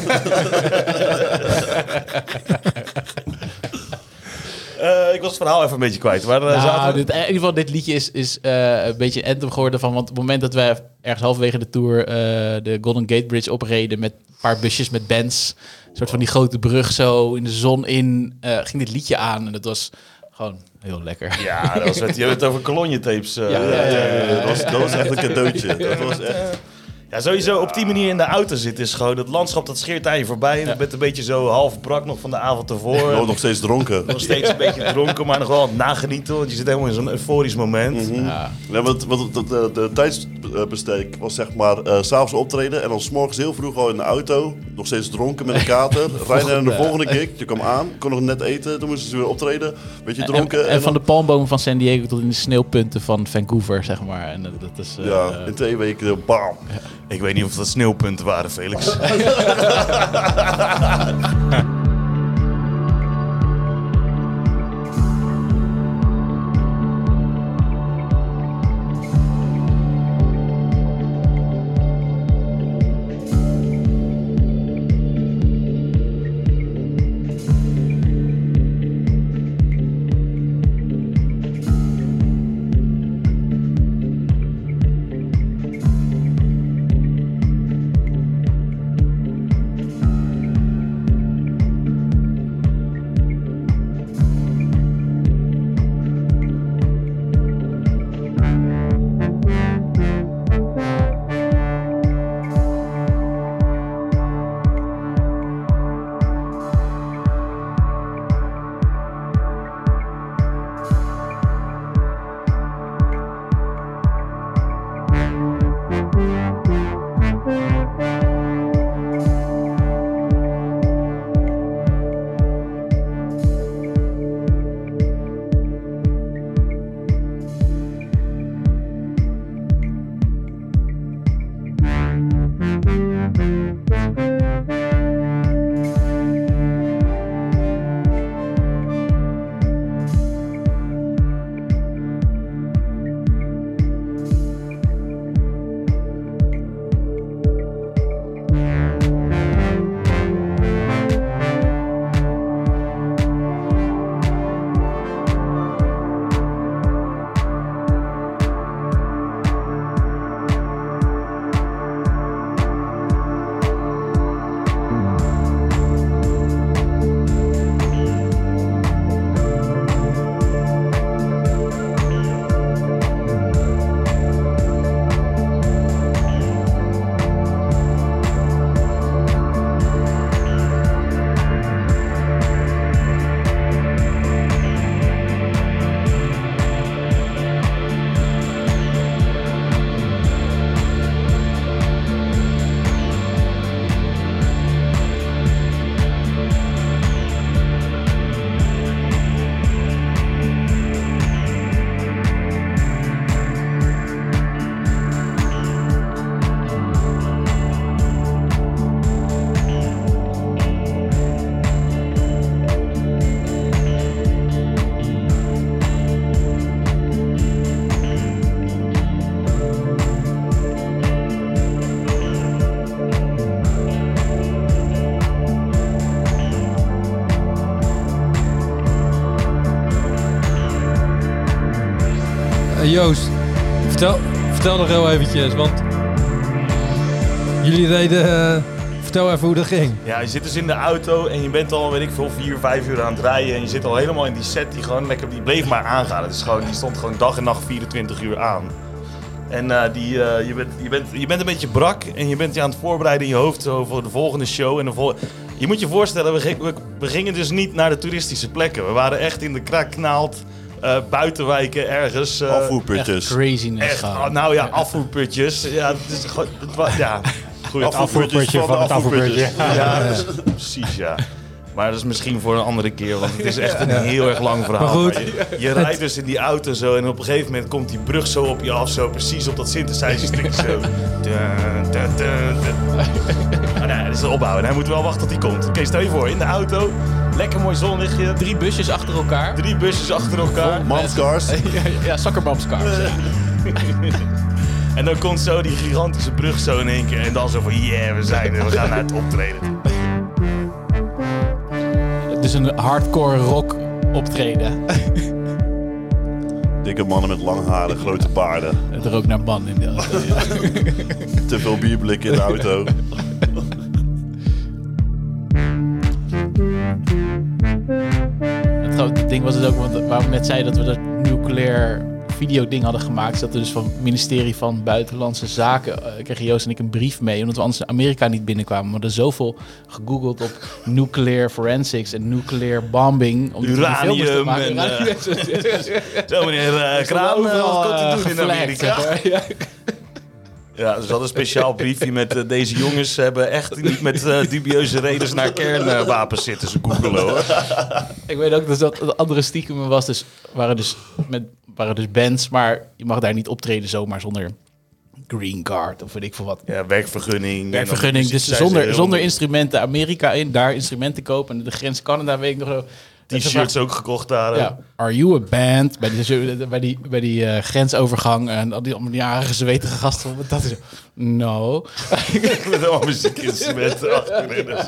Ik was het verhaal even een beetje kwijt. Maar, in ieder geval, dit liedje is een beetje anthem geworden van... Want op het moment dat wij ergens halverwege de tour... de Golden Gate Bridge opreden met een paar busjes met bands... een soort van die grote brug zo in de zon in... ging dit liedje aan en dat was... Gewoon heel lekker. Ja, je hebt het over kolonjetapes. Dat was echt een cadeautje. Dat was echt... Ja, sowieso op die manier in de auto zitten is gewoon... Het landschap dat scheert aan je voorbij. En je bent een beetje zo half brak nog van de avond ervoor. Nog steeds dronken. Nog steeds een beetje dronken, maar nog wel nagenieten. Want je zit helemaal in zo'n euforisch moment. Mm-hmm. Ja, want de tijdsbesteek was zeg maar... 's avonds optreden en dan 's morgens heel vroeg al in de auto. Nog steeds dronken met een kater. Rijden naar de volgende gig. Je kwam aan, kon nog net eten. Toen moesten ze weer optreden. Beetje dronken. En van de palmbomen van San Diego tot in de sneeuwpunten van Vancouver, zeg maar. En dat is... in 2 weken, bam. Ja. Ik weet niet of dat sneeuwpunten waren, Felix. Joost, vertel nog heel eventjes, want jullie reden... vertel even hoe dat ging. Ja, je zit dus in de auto en je bent al, weet ik veel, 4-5 uur aan het rijden. En je zit al helemaal in die set die gewoon lekker, die bleef maar aangaan. Het is gewoon, die stond gewoon dag en nacht 24 uur aan. En je bent een beetje brak en je bent je aan het voorbereiden in je hoofd zo voor de volgende show. En je moet je voorstellen, we gingen dus niet naar de toeristische plekken. We waren echt in de krakknaald, buitenwijken ergens. Afvoerputjes. Craziness. Echt, afvoerputjes. Ja, het is gewoon... Ja. Goed, Het afvoerputje van het afvoerputje. Ja, precies, ja. Maar dat is misschien voor een andere keer, want het is echt een heel erg lang verhaal. Maar goed, je rijdt dus in die auto zo en op een gegeven moment komt die brug zo op je af, zo precies op dat synthesizer-stukje zo. Maar nee, dat is de opbouw en hij moet wel wachten tot hij komt. Oké, stel je voor, in de auto, lekker mooi zonlichtje. 3 busjes achter elkaar. 3 busjes achter elkaar. Momscars. Ja, zakkerbamscars. En dan komt zo die gigantische brug zo in één keer. En dan zo van, yeah, we zijn er, we gaan naar het optreden. Het is een hardcore rock optreden. Dikke mannen met lang haren, grote baarden. Het rookt naar ban in de auto. Ja. Te veel bierblikken in de auto. Het grote ding was het ook, want waar we net zeiden dat we dat nucleair videoding hadden gemaakt, dat we dus van het ministerie van Buitenlandse Zaken kregen Joost en ik een brief mee, omdat we anders Amerika niet binnenkwamen. We hadden zoveel gegoogeld op nuclear forensics en nuclear bombing. Om Uranium te maken. en... Zo meneer Kraan, wat komt u doen in Amerika? Ja, dus we hadden een speciaal briefje met deze jongens hebben echt niet met dubieuze redenen naar kernwapens zitten ze googelen, hoor. Ik weet ook dat het andere stiekem was, dus waren dus bands, maar je mag daar niet optreden zomaar zonder green card of weet ik veel wat. Ja, werkvergunning. Dus zonder instrumenten Amerika in, daar instrumenten kopen en de grens Canada weet ik nog zo. T-shirts ook gekocht daar. Ja. Are you a band? Bij die grensovergang en al die jarige zwetige gasten. Dat is no. Met allemaal muziekinstrumenten achterin en zo.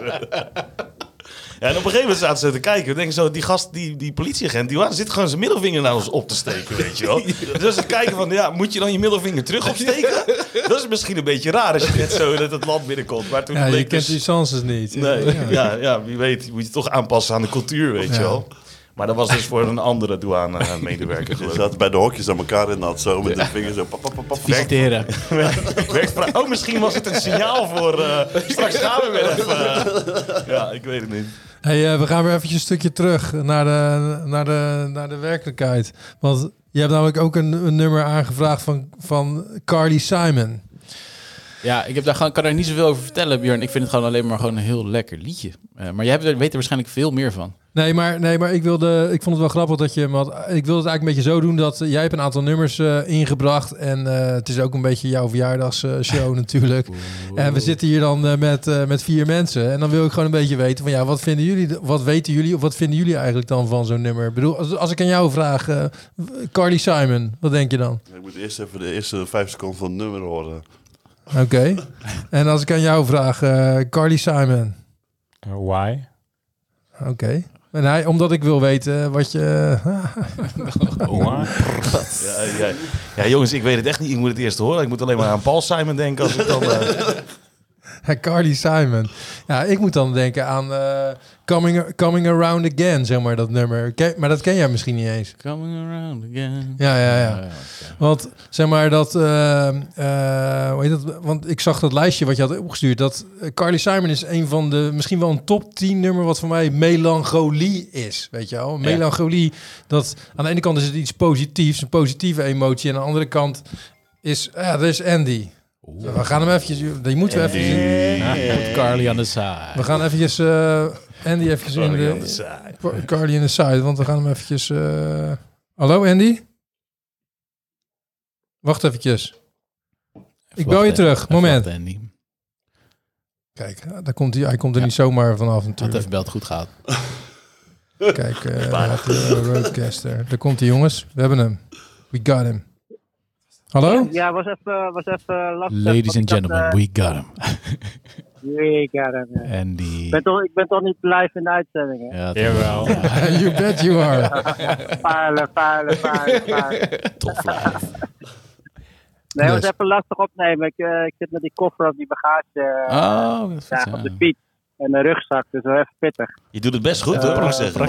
Ja, en op een gegeven moment zaten ze te kijken. We denken zo, die gast, die politieagent, die zit gewoon zijn middelvinger naar ons op te steken, weet je wel. Dus ze kijken van, ja, moet je dan je middelvinger terug opsteken? Dat is misschien een beetje raar als je net zo dat het land binnenkomt. Maar toen je kent die chances niet. Nee, ja, wie weet, moet je toch aanpassen aan de cultuur, weet je wel. Maar dat was dus voor een andere douane-medewerker. Je zat bij de hokjes aan elkaar en had zo met de vingers zo... Visiteren. Oh, misschien was het een signaal voor... straks gaan we weer even... ja, ik weet het niet. Hey, we gaan weer eventjes een stukje terug naar de werkelijkheid. Want je hebt namelijk ook een nummer aangevraagd van Carly Simon. Ja, kan daar niet zoveel over vertellen, Björn. Ik vind het gewoon alleen maar gewoon een heel lekker liedje. Maar jij weet er waarschijnlijk veel meer van. Nee, maar ik vond het wel grappig dat je... ik wilde het eigenlijk een beetje zo doen dat... jij hebt een aantal nummers ingebracht. En het is ook een beetje jouw verjaardagsshow natuurlijk. En we zitten hier dan met 4 mensen. En dan wil ik gewoon een beetje weten van... ja, wat vinden jullie? Wat weten jullie? Of wat vinden jullie eigenlijk dan van zo'n nummer? Ik bedoel, als ik aan jou vraag... Carly Simon, wat denk je dan? Ik moet eerst even de eerste 5 seconden van het nummer horen. Oké. En als ik aan jou vraag... Carly Simon. Why? Oké. En omdat ik wil weten wat je... Ja, jongens, ik weet het echt niet. Ik moet het eerst horen. Ik moet alleen maar aan Paul Simon denken als ik dan... Carly Simon. Ja, ik moet dan denken aan Coming Around Again, zeg maar, dat nummer. Maar dat ken jij misschien niet eens. Coming Around Again. Ja. Want, zeg maar, dat... hoe heet dat? Want ik zag dat lijstje wat je had opgestuurd. Dat Carly Simon is een van de... Misschien wel een top 10 nummer wat voor mij melancholie is. Weet je wel? Melancholie, dat... Aan de ene kant is het iets positiefs, een positieve emotie. En aan de andere kant is... dat is Andy. We gaan hem eventjes... Die moeten we even... Carly aan de side. We gaan eventjes... Andy eventjes in de... Carly in de side, want we gaan hem eventjes... Hallo Andy? Wacht eventjes. Ik bel je terug. Moment. Andy. Kijk, daar komt hij. Hij komt er niet zomaar vanaf natuurlijk. Had even belt, goed gaat. Kijk, Roadcaster. Daar komt hij, jongens. We hebben hem. We got him. Hallo? Ja, was even lastig. Ladies and gentlemen, we got him. You got it, man. En die... Ik ben toch niet live in de uitzending, hè? Ja, Jawel. You bet you are. Palen. Tof live. Nee, het Dus. was even lastig opnemen. Ik zit met die koffer op die bagage Oh, dat is vet, op de fiets. En een rugzak, dus wel even pittig. Je doet het best goed, hoor, moet ik zeggen.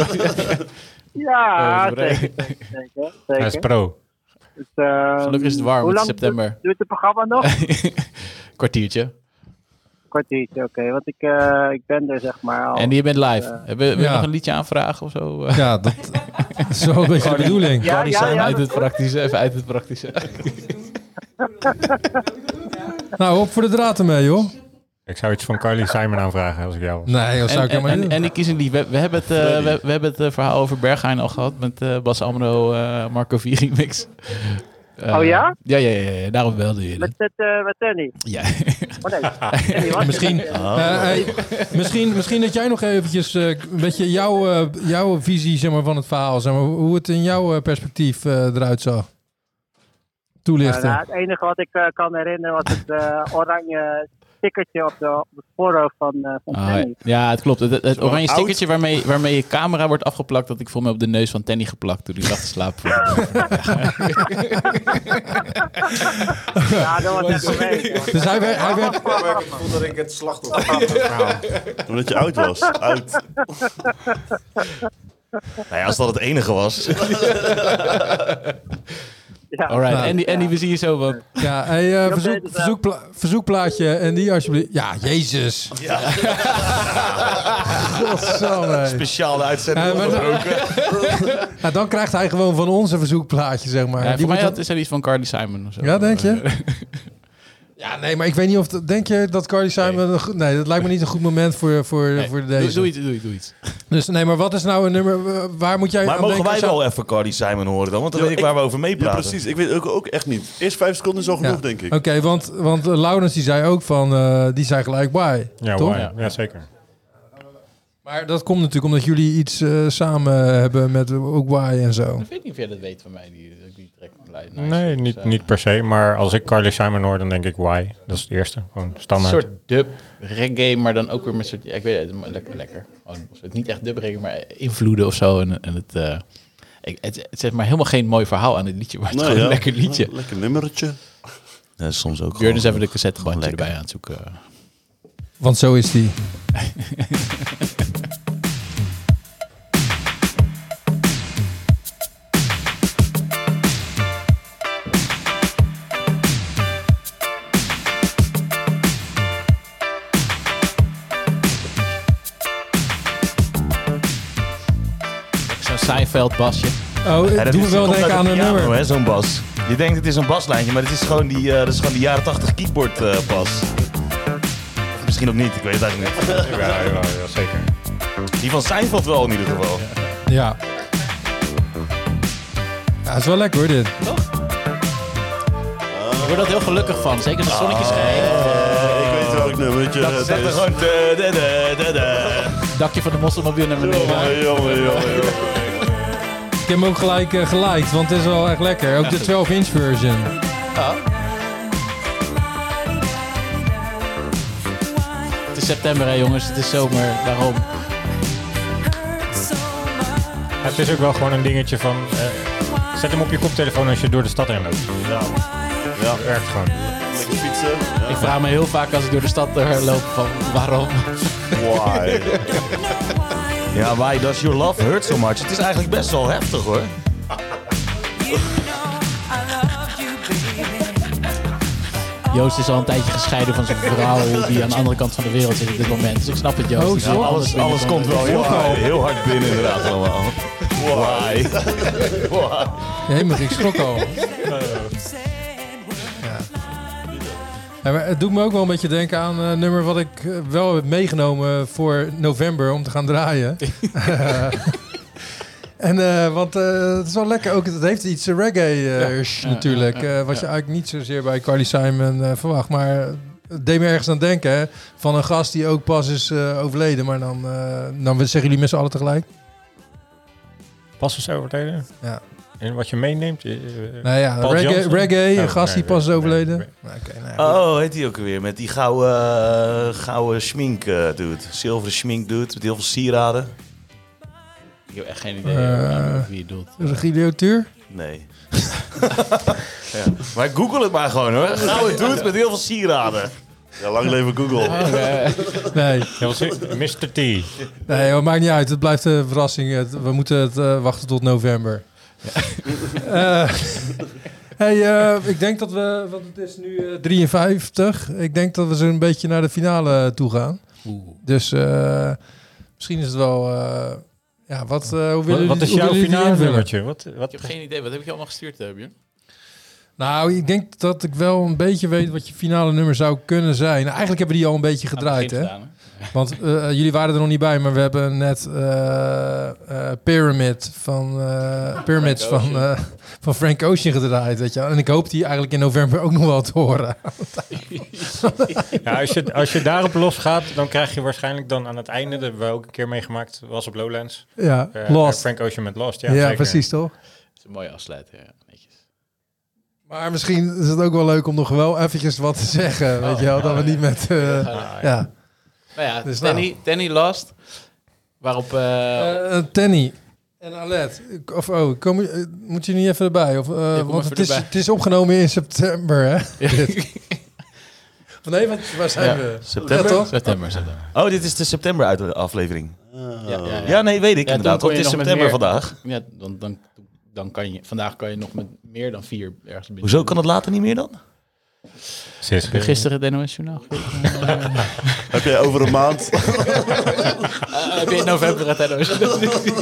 Ja, Oh, zeker. Hij is pro. Dus, Gelukkig is het warm, hoe het is lang september. duurt het programma nog? Kwartiertje. Kwartiertje, oké. Want ik ben er zeg maar al. En je bent live. Wil je Ja. nog een liedje aanvragen of zo? Ja, dat is wel een beetje de bedoeling. Ja, Uit het praktische, even uit het praktische. Nou, op voor de draad ermee, joh. Ik zou iets van Carly Simon aanvragen als ik jou was. Nee, dat zou ik helemaal niet doen. En die kiezen die. We hebben het verhaal over Berghain al gehad met Bas Amro, Marco V remix. Oh ja? Ja, daarom belde je. Met Tenny? Ja. Oh nee. Tenny, wat? Misschien dat jij nog eventjes een beetje jouw visie zeg maar, van het verhaal, zeg maar, hoe het in jouw perspectief eruit zag. Toelichten. Het enige wat ik kan herinneren was het oranje stickertje op het voorhoofd van Tenny. Ja, het klopt. Het oranje stickertje waarmee je camera wordt afgeplakt, dat ik voor me op de neus van Tenny geplakt toen hij lag te slapen. Ja, dat was echt geweest. Dus hij werd... Ik voel dat ik het slachtoffer Omdat je oud was. Oud. Nou ja, als dat het enige was. Ja. Alright, Nou, en die we zien je zo wat. Ja, hey, verzoekplaatje en die alsjeblieft. Ja, Jezus. Ja. Godsamme. Speciale uitzending Ja, maar onderbroken. Ja, dan krijgt hij gewoon van ons een verzoekplaatje, zeg maar. Ja, Die voor mij moet is er iets van Carly Simon of zo. Ja, denk je? Ja, nee, maar ik weet niet of... Denk je dat Carly Simon... Nee, dat lijkt me niet een goed moment voor deze. Doe iets. Dus nee, maar wat is nou een nummer... Waar moet jij Maar aan mogen denken? wij wel even Carly Simon horen dan? Want dan weet ik waar we over Ja, meepraten. precies. Ik weet ook echt niet. Eerst 5 seconden is al genoeg, denk ik. Oké, want Laurens die zei ook van... die zei gelijk why, Ja, toch? why? Ja, zeker. Maar dat komt natuurlijk omdat jullie iets samen hebben met ook why en zo. Ik weet niet of jij dat weet van mij, die track. Nee, niet per se. Maar als ik Carly Simon hoor, dan denk ik why. Dat is het eerste. Gewoon Een standaard. soort dub reggae, maar dan ook weer met soort... Ja, ik weet het, maar lekker. Gewoon, niet echt dub reggae, maar invloeden of zo. En het zet maar helemaal geen mooi verhaal aan het liedje, maar het is gewoon een lekker liedje. Lekker nummertje. Dat is soms ook Björn is even de cassettebandje erbij aan het zoeken. Want zo is die. Zo'n Seinfeld basje. Oh, Ja, doe me wel komt denken uit aan de een piano, nummer. hè, zo'n bas. Je denkt het is een baslijntje, maar het is gewoon die jaren 80 keyboard bas. Of misschien ook niet, ik weet het eigenlijk niet. Ja, zeker. Die van Seinfeld wel in ieder geval. Ja. Ja, het is wel lekker hoor dit. Ik word dat heel gelukkig van, zeker als het zonnetje schijnt. Ik weet welk nummertje Dat het zet er is. gewoon... Dakje van de mosselmobiel naar beneden. Jongen. Ik heb hem ook gelijk geliked, want het is wel echt lekker. Ook de 12-inch version. Het is september, hè jongens, het is zomer, daarom. Het is ook wel gewoon een dingetje van... zet hem op je koptelefoon als je door de stad heen loopt. Ja, werkt gewoon. Lekker fietsen. Ik vraag me heel vaak als ik door de stad loop van waarom. Why? Ja, why does your love hurt so much? Het is eigenlijk best wel heftig hoor. Joost is al een tijdje gescheiden van zijn vrouw die aan de andere kant van de wereld zit op dit moment. Dus ik snap het, Joost. Oh, Die zo. wil Alles komt wel heel hard binnen inderdaad allemaal. Why? Why? Jemig, ik schrok al. Ja, maar het doet me ook wel een beetje denken aan een nummer wat ik wel heb meegenomen voor november om te gaan draaien. Want het is wel lekker ook. Het heeft iets reggae natuurlijk. Wat je eigenlijk niet zozeer bij Carly Simon verwacht. Maar het deed me ergens aan denken. Hè, van een gast die ook pas is overleden. Maar dan zeggen jullie met z'n allen tegelijk? Pas is overleden? Ja. En wat je meeneemt? Nou ja, Paul Johnson? reggae, een Oh, gast die nee, pas is nee, overleden. nee. Nou, oké, nou ja, goed. Oh, heet die ook weer? Met die gouden schmink dude. Zilveren schmink dude. Met heel veel sieraden. Ik heb echt geen idee wie je doet. Regilio Tuur? Nee. Ja. Maar google het maar gewoon hoor. Gouden dude met heel veel sieraden. Ja, lang leven Google. Nee. Mr. T. Nee, het maakt niet uit. Het blijft een verrassing. We moeten het wachten tot november. Ik denk dat we... Want het is nu 53. Ik denk dat we zo'n beetje naar de finale toe gaan. Dus misschien is het wel... hoe willen Wat is hoe jouw willen jullie finale invullen? nummertje? Ik heb geen idee. Wat heb je allemaal gestuurd, Björn? Nou, ik denk dat ik wel een beetje weet wat je finale nummer zou kunnen zijn. Nou, eigenlijk hebben we die al een beetje gedraaid, hè? Gedaan, hè? Want jullie waren er nog niet bij, maar we hebben net Pyramids van Frank Ocean gedraaid, weet je wel. En ik hoop die eigenlijk in november ook nog wel te horen. Ja, als je daarop losgaat, dan krijg je waarschijnlijk dan aan het einde, dat hebben we ook een keer meegemaakt, was op Lowlands. Ja, Lost. Frank Ocean met Lost. Ja, zeker. precies toch? Dat is een mooie afsluiter, ja. Netjes. Maar misschien is het ook wel leuk om nog wel eventjes wat te zeggen, weet je wel. Dat we niet met... ja. Nou ja, Dus Danny Last. Waarop... Tenny en Alet. Moet je niet even erbij? Of, want het is opgenomen in september, hè? Nee, waar zijn we? September? Ja, toch? September. Oh, dit is de september aflevering. Ja. Ja, nee, weet ik Ja, inderdaad. toen Want kon het is je nog september met vandaag. Ja, dan kan je... Vandaag kan je nog met meer dan 4 ergens binnen. Hoezo kan het later niet meer dan? Heb je gisteren het NOS-journaal gekeken? Heb jij over een maand? Heb je in november het NOS-journaal?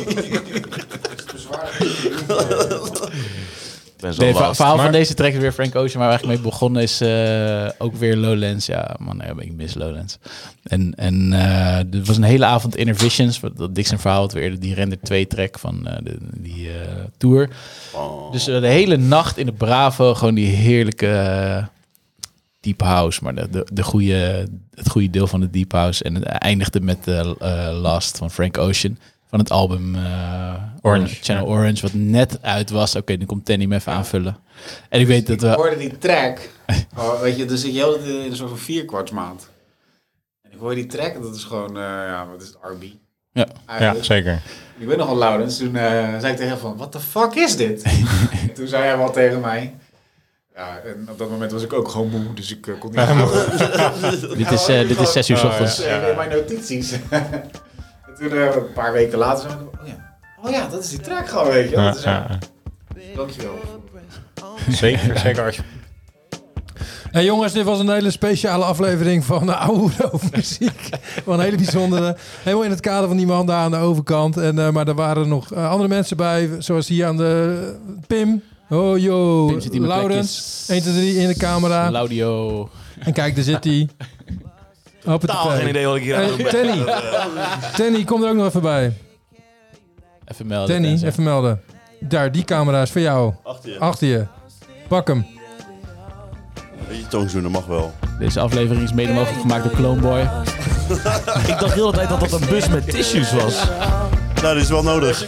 Het verhaal van deze track is weer Frank Ocean, waar we eigenlijk mee begonnen is ook weer Lowlands. Ja, man, ik mis Lowlands. En er was een hele avond Innervisions, dat Dixon verhaal, die Render 2 track van die tour. Oh. Dus de hele nacht in de Bravo, gewoon die heerlijke deep house, maar het goede deel van de deep house. En het eindigde met Last van Frank Ocean. Van het album Channel Orange, wat net uit was. Oké, nu komt Tenny me even aanvullen. En ik weet dat we... Ik hoorde die track. Weet je, dan zit je altijd in een soort van 4/4 maand. En ik hoor die track, dat is gewoon, wat is het, R&B? Ja, zeker. Ik ben nogal Lowlands. Toen zei ik tegen hem van, what the fuck is dit? Toen zei hij wel tegen mij. Ja, en op dat moment was ik ook gewoon moe, dus ik kon niet houden. Dit is 6 uur 's ochtends. In mijn notities. Toen een paar weken later zei ik, oh ja, dat is die track gewoon, weet je. Dat is, dankjewel. Zeker als je... Hey jongens, dit was een hele speciale aflevering van de Oude over muziek. Van een hele bijzondere. Helemaal in het kader van die man daar aan de overkant. Maar er waren nog andere mensen bij, zoals hier aan de Pim. Oh yo, Laurens. 1, 2, 3 in de camera. Laudio. En kijk, daar zit hij. Totaal geen idee wat ik hier aan het doen ben. Tenny, kom er ook nog even bij. Even melden. Tenny, even melden. Daar, die camera is voor jou. Achter je. Pak hem. Je tongzoenen mag wel. Deze aflevering is mede mogelijk gemaakt door Cloneboy. Ik dacht heel de tijd dat dat een bus met tissues was. Nou, dit is wel nodig.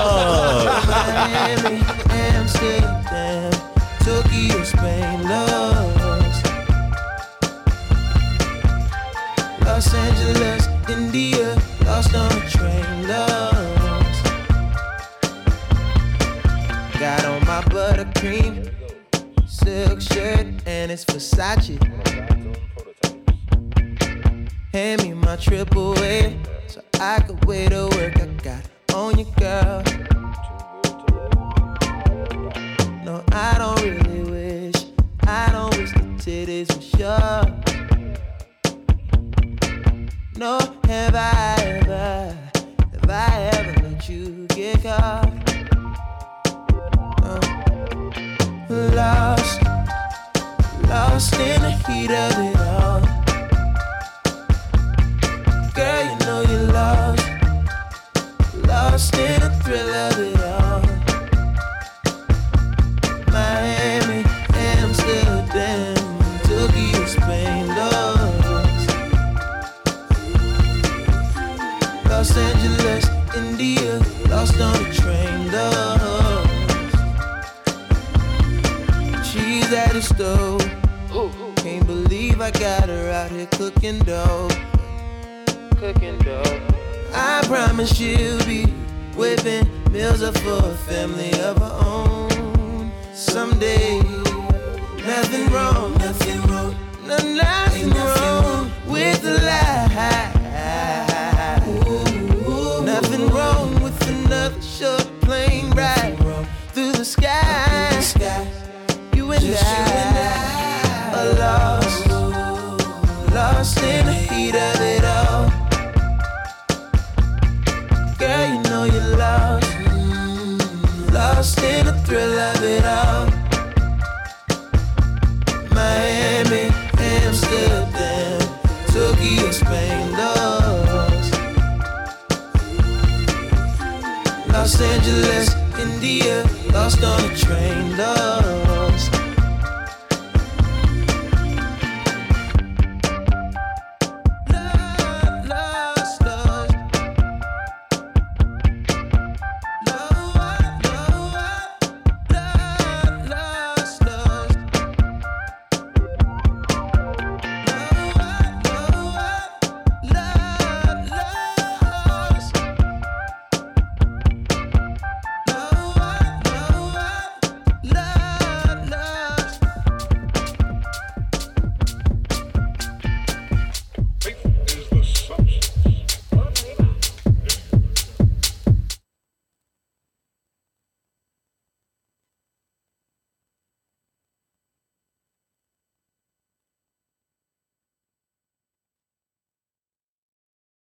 Miami, Amsterdam, Tokyo, Spain, lost. Los Angeles, India, lost on a train, lost. Got on my buttercream silk shirt and it's Versace. Hand me my triple A so I could way to work. I got on you, girl. No, I don't really wish. I don't wish the titties were sure. No, have I ever let you get caught? Lost in the heat of it all. Girl, you know you're lost in the thrill of it all. Miami, Amsterdam, Tokyo, Spain, lost. Los Angeles, India, lost on a train, lost. She's at the stove. Can't believe I got her out here cooking dough. I promise she'll be whipping meals up for a family of her own someday. Nothing wrong, nothing wrong with the lie. Nothing wrong with another short plane ride through the sky. You and I are lost in the heat of it all. Girl, you know you're lost in the thrill of it all. Miami, Amsterdam, Tokyo, Spain, Los Angeles, India, lost on a train,